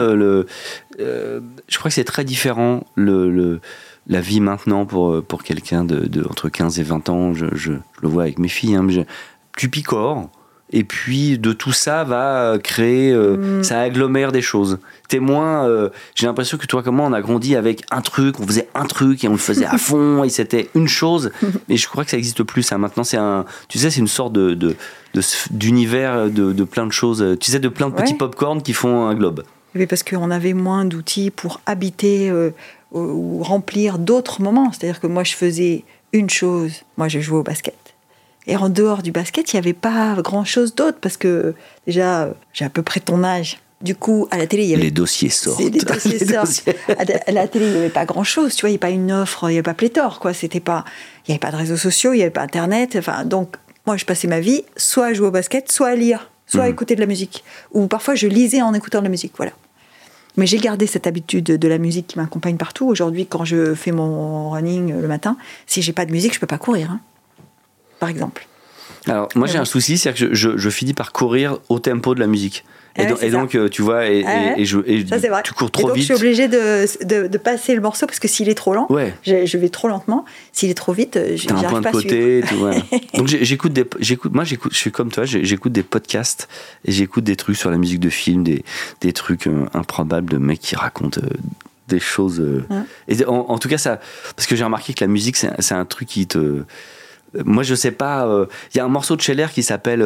Je crois que c'est très différent la vie maintenant pour quelqu'un de entre 15 et 20 ans. Je le vois avec mes filles. Hein, tu picores. Et puis de tout ça va créer, ça agglomère des choses. T'es moins, j'ai l'impression que toi, comment on a grandi avec un truc, on faisait un truc et on le faisait à fond et c'était une chose. Et je crois que ça n'existe plus ça. Maintenant c'est c'est une sorte d'univers de plein de choses. Tu sais, de plein de petits pop-corn qui font un globe. Oui, parce qu'on avait moins d'outils pour habiter ou remplir d'autres moments. C'est-à-dire que moi, je faisais une chose. Moi, je jouais au basket. Et en dehors du basket, il n'y avait pas grand-chose d'autre parce que déjà, j'ai à peu près ton âge. Du coup, à la télé, il y avait... Les dossiers sortent. Les dossiers sortent. À la télé, il n'y avait pas grand-chose. Tu vois, il n'y avait pas une offre, il n'y avait pas pléthore, quoi. Il n'y avait pas de réseaux sociaux, il n'y avait pas Internet. Enfin, donc, moi, je passais ma vie soit à jouer au basket, soit à lire, soit à écouter de la musique. Ou parfois, je lisais en écoutant de la musique, voilà. Mais j'ai gardé cette habitude de la musique qui m'accompagne partout. Aujourd'hui, quand je fais mon running le matin, si j'ai pas de musique, je peux pas courir, hein, par exemple. Alors, moi, j'ai un souci, c'est que je finis par courir au tempo de la musique. Et donc, tu vois, ça, c'est vrai. Tu cours trop vite. Je suis obligée de passer le morceau parce que s'il est trop lent, je vais trop lentement. S'il est trop vite, j'arrive pas à suivre. T'as un point de côté, tout, voilà. Donc, je suis comme toi, j'écoute des podcasts et j'écoute des trucs sur la musique de film, des trucs improbables de mecs qui racontent des choses. Et en tout cas, ça, parce que j'ai remarqué que la musique, c'est un truc qui te... Moi, je sais pas. Il y a un morceau de Scheller qui s'appelle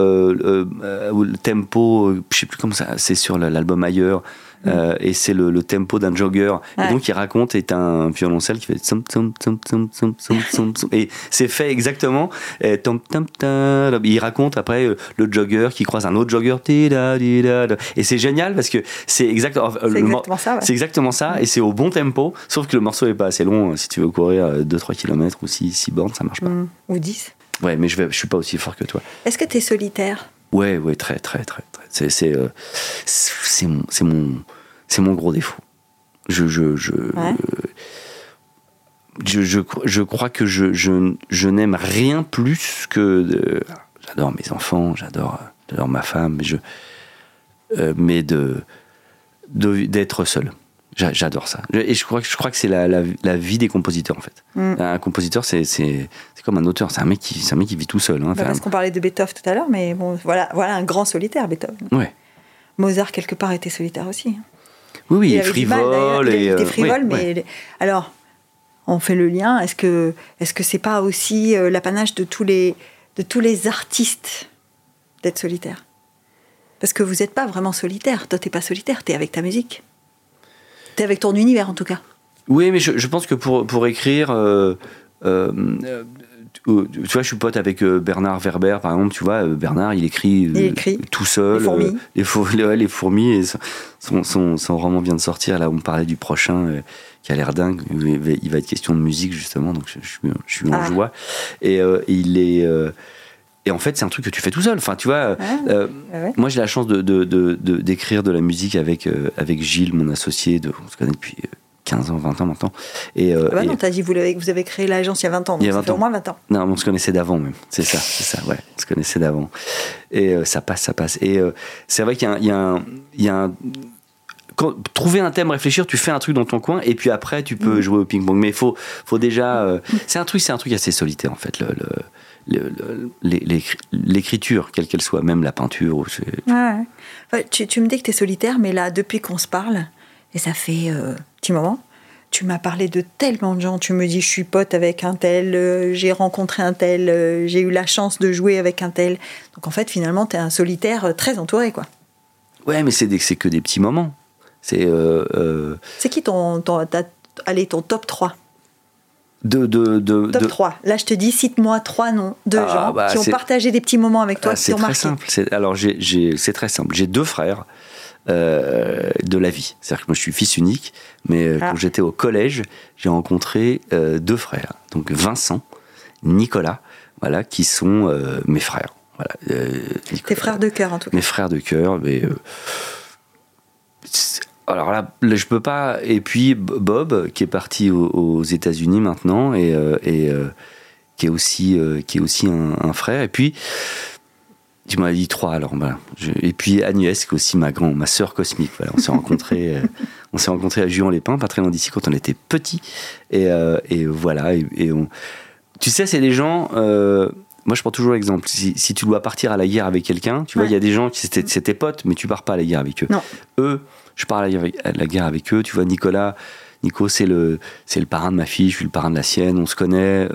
le tempo. Je sais plus comment ça. C'est sur l'album Ailleurs. Et c'est le tempo d'un jogger. Et donc, il raconte, est un violoncelle qui fait tsum, tsum, tsum, tsum, tsum, tsum, tsum, tsum. Et c'est fait exactement. Et il raconte après le jogger qui croise un autre jogger. Et c'est génial parce que c'est exactement ça. Ouais. C'est exactement ça. Et c'est au bon tempo. Sauf que le morceau est pas assez long. Si tu veux courir 2-3 km ou 6 bornes, ça marche pas. Ou 10. Ouais, mais je suis pas aussi fort que toi. Est-ce que tu es solitaire ? Ouais, très, très, très. C'est mon gros défaut. Je crois que je n'aime rien plus que j'adore mes enfants, j'adore ma femme, mais d'être seul. J'adore ça. Et je crois que c'est la vie des compositeurs, en fait. Un compositeur, c'est comme un auteur. C'est un mec qui vit tout seul. Hein, parce qu'on parlait de Beethoven tout à l'heure, mais bon, voilà un grand solitaire, Beethoven. Ouais. Mozart, quelque part, était solitaire aussi. Oui, il est frivole. Il était frivole, mais... Alors, on fait le lien. Est-ce que c'est pas aussi l'apanage de tous les artistes d'être solitaire ? Parce que vous n'êtes pas vraiment solitaire. Toi, t'es pas solitaire, t'es avec ta musique. T'es avec ton univers, en tout cas. Oui, mais je pense que pour écrire... tu vois, je suis pote avec Bernard Werber, par exemple. Tu vois, Bernard, il écrit tout seul. Les fourmis. Les fourmis. Et son roman vient de sortir. Là, on parlait du prochain qui a l'air dingue. Il va être question de musique, justement. Donc, je suis en joie. Et il est... Et en fait, c'est un truc que tu fais tout seul. Enfin, tu vois, moi, j'ai la chance d'écrire de la musique avec Gilles, mon associé. On se connaît depuis 15 ans, 20 ans maintenant. Non, t'as dit vous avez créé l'agence il y a 20 ans, donc ça fait au moins 20 ans. Non, on se connaissait d'avant même. C'est ça, ouais. On se connaissait d'avant. Et ça passe. Et c'est vrai qu'il y a un trouver un thème, réfléchir, tu fais un truc dans ton coin, et puis après, tu peux jouer au ping-pong. Mais il faut déjà... c'est un truc assez solitaire, en fait, l'écriture, quelle qu'elle soit, même la peinture. Ouais. Enfin, tu me dis que tu es solitaire, mais là, depuis qu'on se parle, et ça fait petit moment, tu m'as parlé de tellement de gens. Tu me dis, je suis pote avec un tel, j'ai rencontré un tel, j'ai eu la chance de jouer avec un tel. Donc en fait, finalement, tu es un solitaire très entouré, quoi. Ouais, mais c'est que des petits moments. C'est qui ton top 3 Top 3. Là, je te dis, cite-moi 3 noms de gens qui ont partagé des petits moments avec toi, qui ont marqué. C'est très simple. C'est très simple. J'ai 2 frères de la vie. C'est-à-dire que moi, je suis fils unique, mais quand j'étais au collège, j'ai rencontré 2 frères. Donc Vincent, Nicolas, voilà, qui sont mes frères. Voilà, tes frères de cœur, en tout cas. Mes frères de cœur, mais... alors là, je peux pas. Et puis Bob, qui est parti aux États-Unis maintenant, et qui est aussi un frère. Et puis, tu m'as dit 3, alors voilà. Et puis Agnès, qui est aussi ma sœur cosmique. Voilà, on s'est rencontrés à Juan-les-Pins, pas très loin d'ici, quand on était petits. Et voilà. Tu sais, c'est des gens. Moi, je prends toujours l'exemple. Si tu dois partir à la guerre avec quelqu'un, tu vois, il y a des gens qui c'est tes potes, mais tu pars pas à la guerre avec eux. Non. Eux, je pars à la guerre avec eux. Tu vois, Nico, c'est le parrain de ma fille, je suis le parrain de la sienne. On se connaît.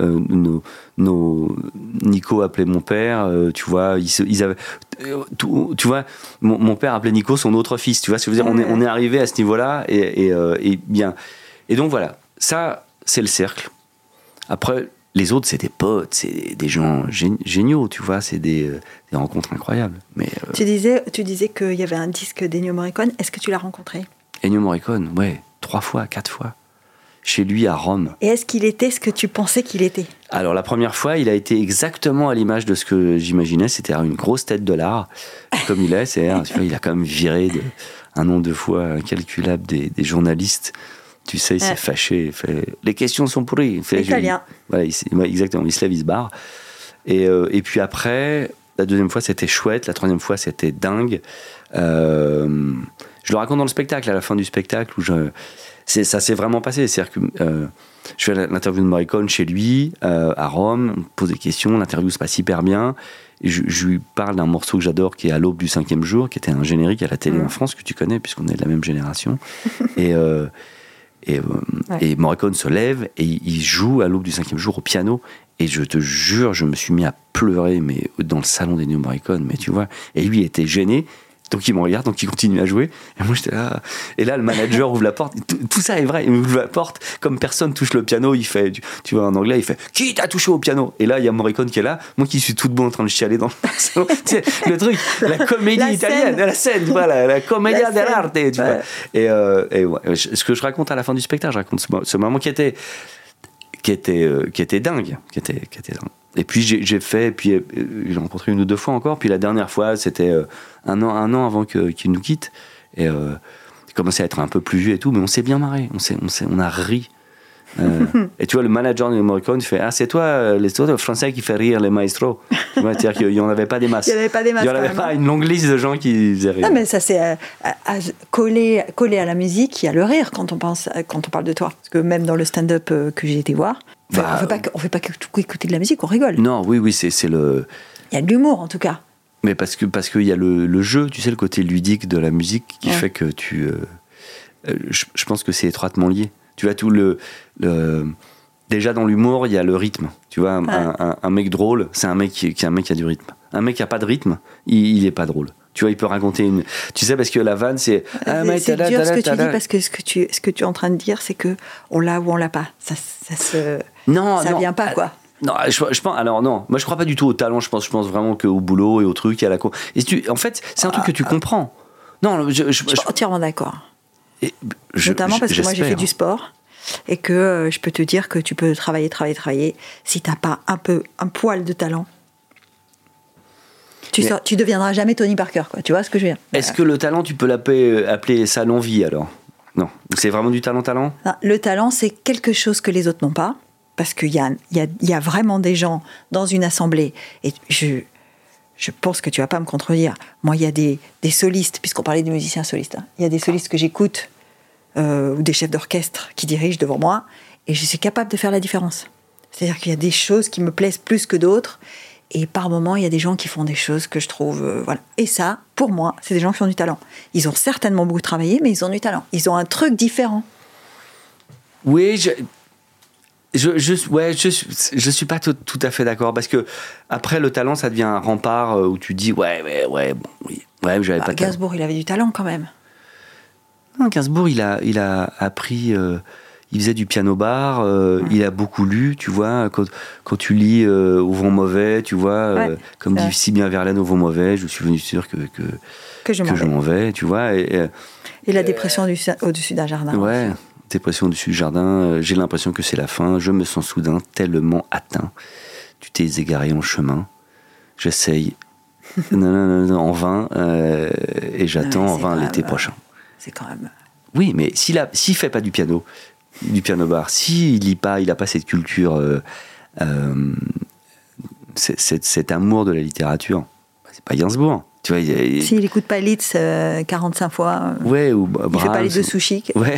Nico appelait mon père. Tu vois, ils avaient. Tu vois, mon père appelait Nico son autre fils. Tu vois, ce que je veux dire, on est arrivé à ce niveau-là et bien. Et donc voilà, ça, c'est le cercle. Après. Les autres, c'est des potes, c'est des gens géniaux, tu vois, c'est des rencontres incroyables. Mais, Tu disais qu'il y avait un disque d'Ennio Morricone. Est-ce que tu l'as rencontré ? Ennio Morricone, ouais, 3 fois, 4 fois. Chez lui, à Rome. Et est-ce qu'il était ce que tu pensais qu'il était ? Alors, la première fois, il a été exactement à l'image de ce que j'imaginais. C'était une grosse tête de l'art, comme il est. Il a quand même viré un nombre de fois incalculable des journalistes. Tu sais, il s'est fâché, il fait « Les questions sont pourries ». Italien. Voilà, exactement, il se lève, il se barre. Et puis après, la deuxième fois, c'était chouette. La troisième fois, c'était dingue. Je le raconte dans le spectacle, à la fin du spectacle, où ça s'est vraiment passé. C'est-à-dire que je fais l'interview de Morricone chez lui, à Rome, on me pose des questions, l'interview se passe hyper bien. Et je lui parle d'un morceau que j'adore, qui est « À l'aube du 5e jour », qui était un générique à la télé en France, que tu connais, puisqu'on est de la même génération. Et Morricone se lève et il joue à l'aube du 5e jour au piano, et je te jure, je me suis mis à pleurer, mais dans le salon d'Ennio Morricone, mais tu vois, et lui il était gêné, donc il me regarde, donc il continue à jouer, et moi j'étais là, et là le manager ouvre la porte, tout ça est vrai, il ouvre la porte, comme personne touche le piano, il fait, tu vois, en anglais, il fait « Qui t'a touché au piano ?» Et là il y a Morricone qui est là, moi qui suis tout debout en train de chialer dans le salon, tu sais, le truc, la comédie italienne, la scène, tu vois, la commedia dell'arte, tu vois. Et ouais, ce que je raconte à la fin du spectacle, je raconte ce moment qui était dingue, qui était dingue. Et puis j'ai rencontré 1 ou 2 fois encore, puis la dernière fois c'était un an avant qu'il nous quitte, et il commençait à être un peu plus vieux et tout, mais on s'est bien marré, on a ri. Et tu vois, le manager de Morricone fait « Ah, c'est toi, les autres Français qui fait rire les maestros ». C'est-à-dire qu'il n'y en avait pas des masses. Il n'y en avait pas des masses. Il n'y en avait pas une longue liste de gens qui faisaient rire. Non, mais ça, c'est collé à la musique, il y a le rire quand on parle de toi. Parce que même dans le stand-up que j'ai été voir, on ne fait pas que écouter de la musique, on rigole. Non, oui, c'est le... Il y a de l'humour, en tout cas. Mais parce qu'il y a le jeu, tu sais, le côté ludique de la musique qui fait que je pense que c'est étroitement lié. Tu vois, déjà dans l'humour, il y a le rythme. Tu vois, un mec drôle, c'est un mec qui a du rythme. Un mec qui a pas de rythme, il est pas drôle. Tu vois, il peut raconter une... Tu sais, parce que la vanne, c'est... c'est dur ce que tu dis, parce que ce que tu es en train de dire, c'est que on l'a ou on l'a pas. Ça vient pas, quoi. Non, je pense... Alors non, moi je crois pas du tout au talent. Je pense vraiment qu'au boulot et au truc, et à la... En fait, c'est un truc que tu comprends. Non, je suis entièrement d'accord. Notamment parce que moi j'ai fait du sport et que je peux te dire que tu peux travailler. Si t'as pas un poil de talent, tu deviendras jamais Tony Parker, quoi. Tu vois ce que je veux dire ? Est-ce que le talent, tu peux appeler ça l'envie alors ? Non. C'est vraiment du talent. Non, le talent, c'est quelque chose que les autres n'ont pas, parce qu'il y a vraiment des gens dans une assemblée, et je pense que tu vas pas me contredire. Moi, il y a des solistes, puisqu'on parlait des musiciens solistes, hein. Il y a des solistes que j'écoute, ou des chefs d'orchestre qui dirigent devant moi, et je suis capable de faire la différence. C'est-à-dire qu'il y a des choses qui me plaisent plus que d'autres, et par moments, il y a des gens qui font des choses que je trouve... voilà. Et ça, pour moi, c'est des gens qui ont du talent. Ils ont certainement beaucoup travaillé, mais ils ont du talent. Ils ont un truc différent. Oui, je suis pas tout à fait d'accord, parce que après le talent ça devient un rempart où tu dis bon oui j'avais pas de talent. Gainsbourg, il avait du talent quand même. Non, Gainsbourg il a appris, il faisait du piano bar, il a beaucoup lu, tu vois, quand tu lis Au vent mauvais, tu vois, comme dit si bien Verlaine, Au vent mauvais, je suis venu sûr que je m'en vais, tu vois, et la dépression au-dessus d'un jardin. Ouais. Aussi. Dépression au-dessus du jardin, j'ai l'impression que c'est la fin, je me sens soudain tellement atteint. Tu t'es égaré en chemin, j'essaye en vain, et j'attends en vain l'été prochain. C'est quand même... Oui, mais s'il fait pas du piano bar, s'il lit pas, il a pas cette culture, cet amour de la littérature, c'est pas Gainsbourg. Tu vois, s'il n'écoute pas Liszt 45 fois, ouais, ou il fait pas les deux sushis. Ouais.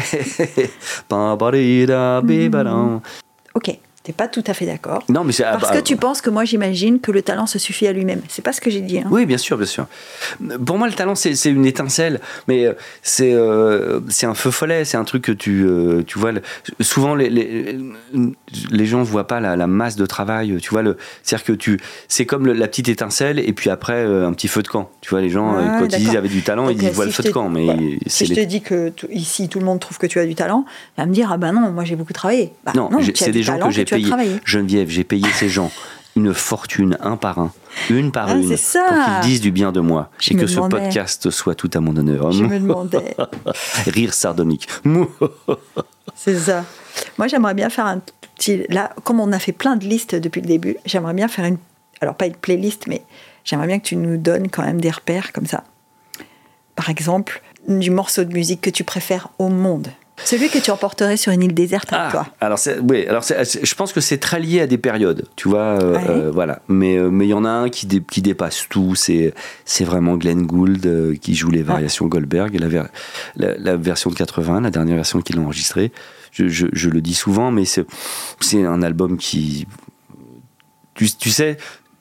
Ok, t'es pas tout à fait d'accord. Non, mais parce que tu penses que moi j'imagine que le talent se suffit à lui-même. C'est pas ce que j'ai dit. Hein. Oui, bien sûr. Pour moi, le talent c'est une étincelle, mais c'est un feu follet. C'est un truc que tu vois. Souvent les gens voient pas la masse de travail. Tu vois c'est-à-dire que c'est comme la petite étincelle et puis après un petit feu de camp. Tu vois, les gens quand ils disent qu'ils avaient du talent, donc, ils voient le feu de camp. Mais voilà. Si je te dis que ici tout le monde trouve que tu as du talent, il va me dire ah ben non, moi j'ai beaucoup travaillé. Bah, non, c'est des gens que j'ai payé. Geneviève, j'ai payé ces gens une fortune, un par un, une par une, pour qu'ils disent du bien de moi et que ce podcast soit tout à mon honneur. Je me demandais. Rire sardonique. C'est ça. Moi, j'aimerais bien faire un petit... Là, comme on a fait plein de listes depuis le début, j'aimerais bien faire alors pas une playlist, mais j'aimerais bien que tu nous donnes quand même des repères comme ça. Par exemple, du morceau de musique que tu préfères au monde. Celui que tu emporterais sur une île déserte avec toi. Alors je pense que c'est très lié à des périodes, tu vois, voilà. Mais il y en a un qui dépasse tout, c'est vraiment Glenn Gould qui joue les variations Goldberg, la version de 80, la dernière version qu'il a enregistrée. Je le dis souvent, mais c'est un album qui... Tu sais,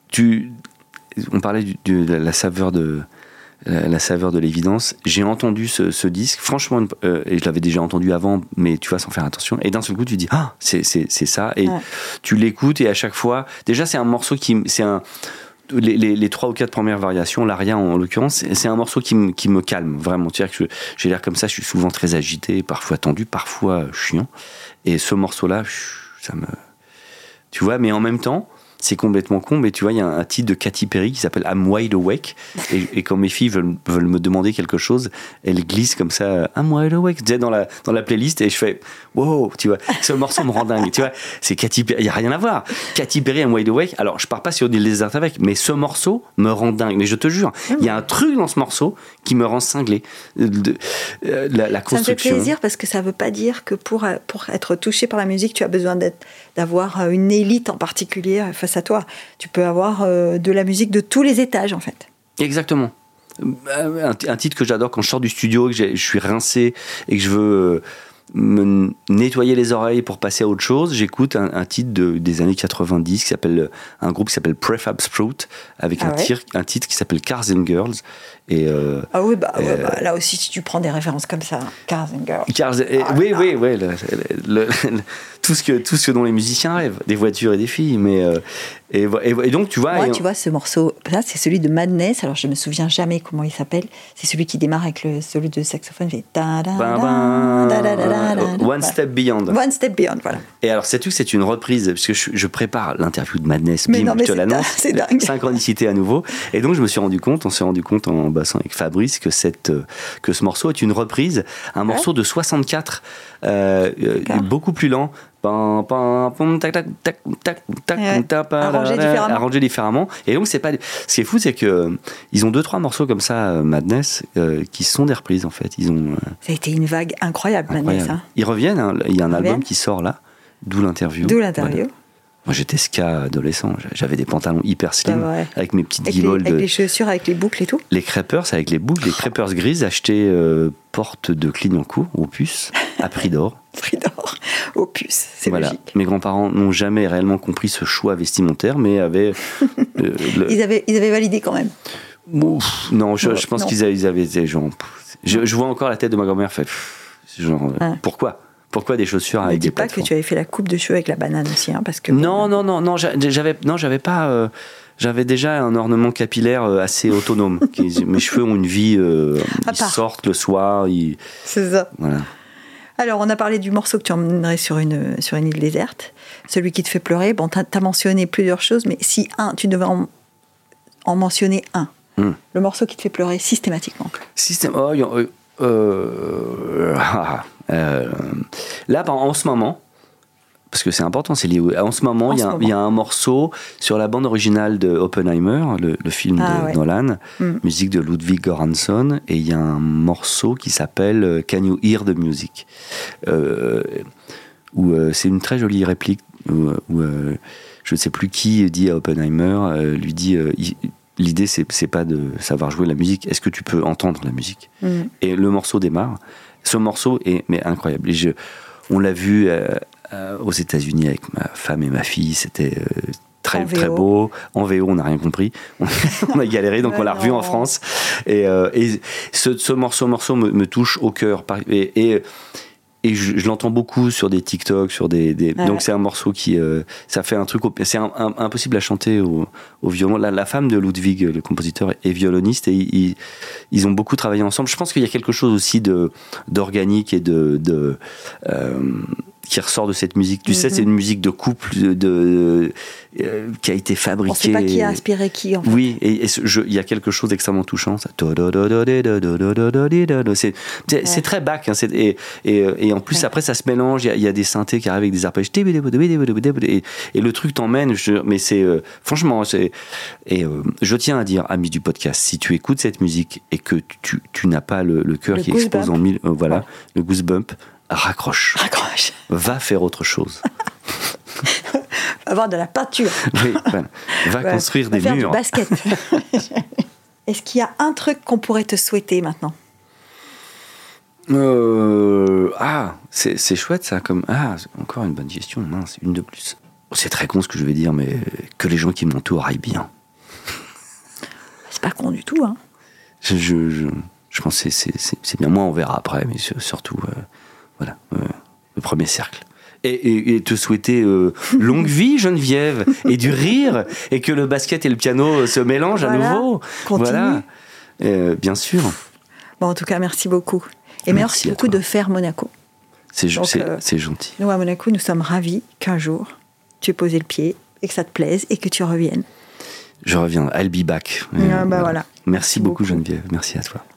on parlait de la saveur de... La saveur de l'évidence. J'ai entendu ce disque, franchement, et je l'avais déjà entendu avant, mais tu vois, sans faire attention. Et d'un seul coup, tu dis, ah, c'est ça. Et tu l'écoutes, et à chaque fois, déjà, c'est un morceau les 3 ou 4 premières variations, l'aria en l'occurrence, c'est un morceau qui me calme, vraiment. C'est-à-dire que j'ai l'air comme ça, je suis souvent très agité, parfois tendu, parfois chiant. Et ce morceau-là, ça me... Tu vois, mais en même temps, c'est complètement con, mais tu vois, il y a un titre de Katy Perry qui s'appelle I'm Wide Awake, et quand mes filles veulent me demander quelque chose, elles glissent comme ça, I'm Wide Awake, tu sais, dans la playlist, et je fais, wow, tu vois, ce morceau me rend dingue, tu vois, c'est Katy Perry, il n'y a rien à voir. Katy Perry, I'm Wide Awake, alors je pars pas sur une île déserte avec, mais ce morceau me rend dingue, mais je te jure, il y a un truc dans ce morceau qui me rend cinglé. La construction. Ça me fait plaisir parce que ça veut pas dire que pour être touché par la musique, tu as besoin d'avoir une élite en particulier face à toi. Tu peux avoir de la musique de tous les étages, en fait. Exactement. Un titre que j'adore quand je sors du studio, que je suis rincé et que je veux me nettoyer les oreilles pour passer à autre chose, j'écoute un titre des années 90 qui s'appelle un groupe qui s'appelle Prefab Sprout avec un titre qui s'appelle Cars and Girls. Et là aussi, si tu prends des références comme ça, Cars and Girls. Oui, tout ce dont les musiciens rêvent, des voitures et des filles, mais et donc tu vois. Moi, tu vois, ce morceau, là, c'est celui de Madness. Alors, je me souviens jamais comment il s'appelle. C'est celui qui démarre avec celui de saxophone. Fait One Step Beyond. One Step Beyond, voilà. Et alors, sais-tu que c'est une reprise, parce que je prépare l'interview de Madness. Je te l'annonce. C'est dingue. Synchronicité à nouveau. Et donc, on s'est rendu compte en bossant avec Fabrice que ce morceau est une reprise, un morceau de 64 beaucoup plus lent. Arrangé différemment. Et donc, c'est pas. Ce qui est fou, c'est que ils ont 2-3 morceaux comme ça, Madness, qui sont des reprises en fait. Ça a été une vague incroyable. Madness. Hein. Ils reviennent. Hein. Il y a un album qui sort là, d'où l'interview. Voilà. Moi, j'étais ska adolescent. J'avais des pantalons hyper slim avec mes petites guibolles. Avec les chaussures, avec les boucles et tout. Les crêpeurs avec les boucles, les crêpeurs grises achetés porte de Clignancourt, au Puce, à prix d'or. Prix d'or, au Puce, c'est logique. Mes grands-parents n'ont jamais réellement compris ce choix vestimentaire, mais avaient. Ils avaient validé quand même. Non, je pense qu'ils avaient genre. Je vois encore la tête de ma grand-mère fait. Genre, Pourquoi des chaussures avec des plateformes ? Ne dis pas que tu avais fait la coupe de cheveux avec la banane aussi, hein, parce que... Non, j'avais pas... j'avais déjà un ornement capillaire assez autonome. Mes cheveux ont une vie... ils sortent le soir. C'est ça. Voilà. Alors, on a parlé du morceau que tu emmènerais sur une île déserte. Celui qui te fait pleurer. Bon, t'as mentionné plusieurs choses, mais si tu devais en mentionner un. Le morceau qui te fait pleurer systématiquement. Là, en ce moment, parce que c'est important, c'est lié. En ce moment, il y a un morceau sur la bande originale de Oppenheimer, le film de Nolan, musique de Ludwig Göransson, et il y a un morceau qui s'appelle Can You Hear the Music, où c'est une très jolie réplique où je ne sais plus qui dit à Oppenheimer, lui dit. L'idée, c'est pas de savoir jouer la musique. Est-ce que tu peux entendre la musique ? Et le morceau démarre. Ce morceau est incroyable. Et on l'a vu aux États-Unis avec ma femme et ma fille. C'était très beau. En VO, on n'a rien compris. On a galéré, donc on l'a revu en France. Et ce morceau me touche au cœur. Et je l'entends beaucoup sur des TikTok, donc c'est un morceau qui ça fait un truc c'est impossible à chanter au violon. La femme de Ludwig, le compositeur, est violoniste et ils ont beaucoup travaillé ensemble. Je pense qu'il y a quelque chose aussi d'organique et qui ressort de cette musique. Tu sais, c'est une musique de couple qui a été fabriquée. On ne sait pas qui a inspiré qui, en fait. Oui, et il y a quelque chose d'extrêmement touchant. Ça. C'est très Bach. Hein, et en plus, après, ça se mélange. Il y a des synthés qui arrivent avec des arpèges. Et le truc t'emmène. Mais c'est... franchement, je tiens à dire, amis du podcast, si tu écoutes cette musique et que tu n'as pas le cœur qui explose en mille... le goosebump, raccroche. Va faire autre chose. Avoir de la peinture. Oui, va construire des faire murs. Du basket. Est-ce qu'il y a un truc qu'on pourrait te souhaiter maintenant ? C'est chouette ça. Encore une bonne question. Mince, une de plus. C'est très con ce que je vais dire, mais que les gens qui m'entourent aillent bien. C'est pas con du tout, hein. Je pense que c'est bien. Moi, on verra après, mais surtout, le premier cercle. Et te souhaiter longue vie, Geneviève, et du rire, et que le basket et le piano se mélangent à nouveau. Continue. Voilà, bien sûr. Bon, en tout cas, merci beaucoup. Et merci beaucoup de faire Monaco. C'est gentil. Nous, à Monaco, nous sommes ravis qu'un jour, tu aies posé le pied, et que ça te plaise, et que tu reviennes. Je reviens. I'll be back. Voilà. Merci beaucoup, Geneviève. Merci à toi.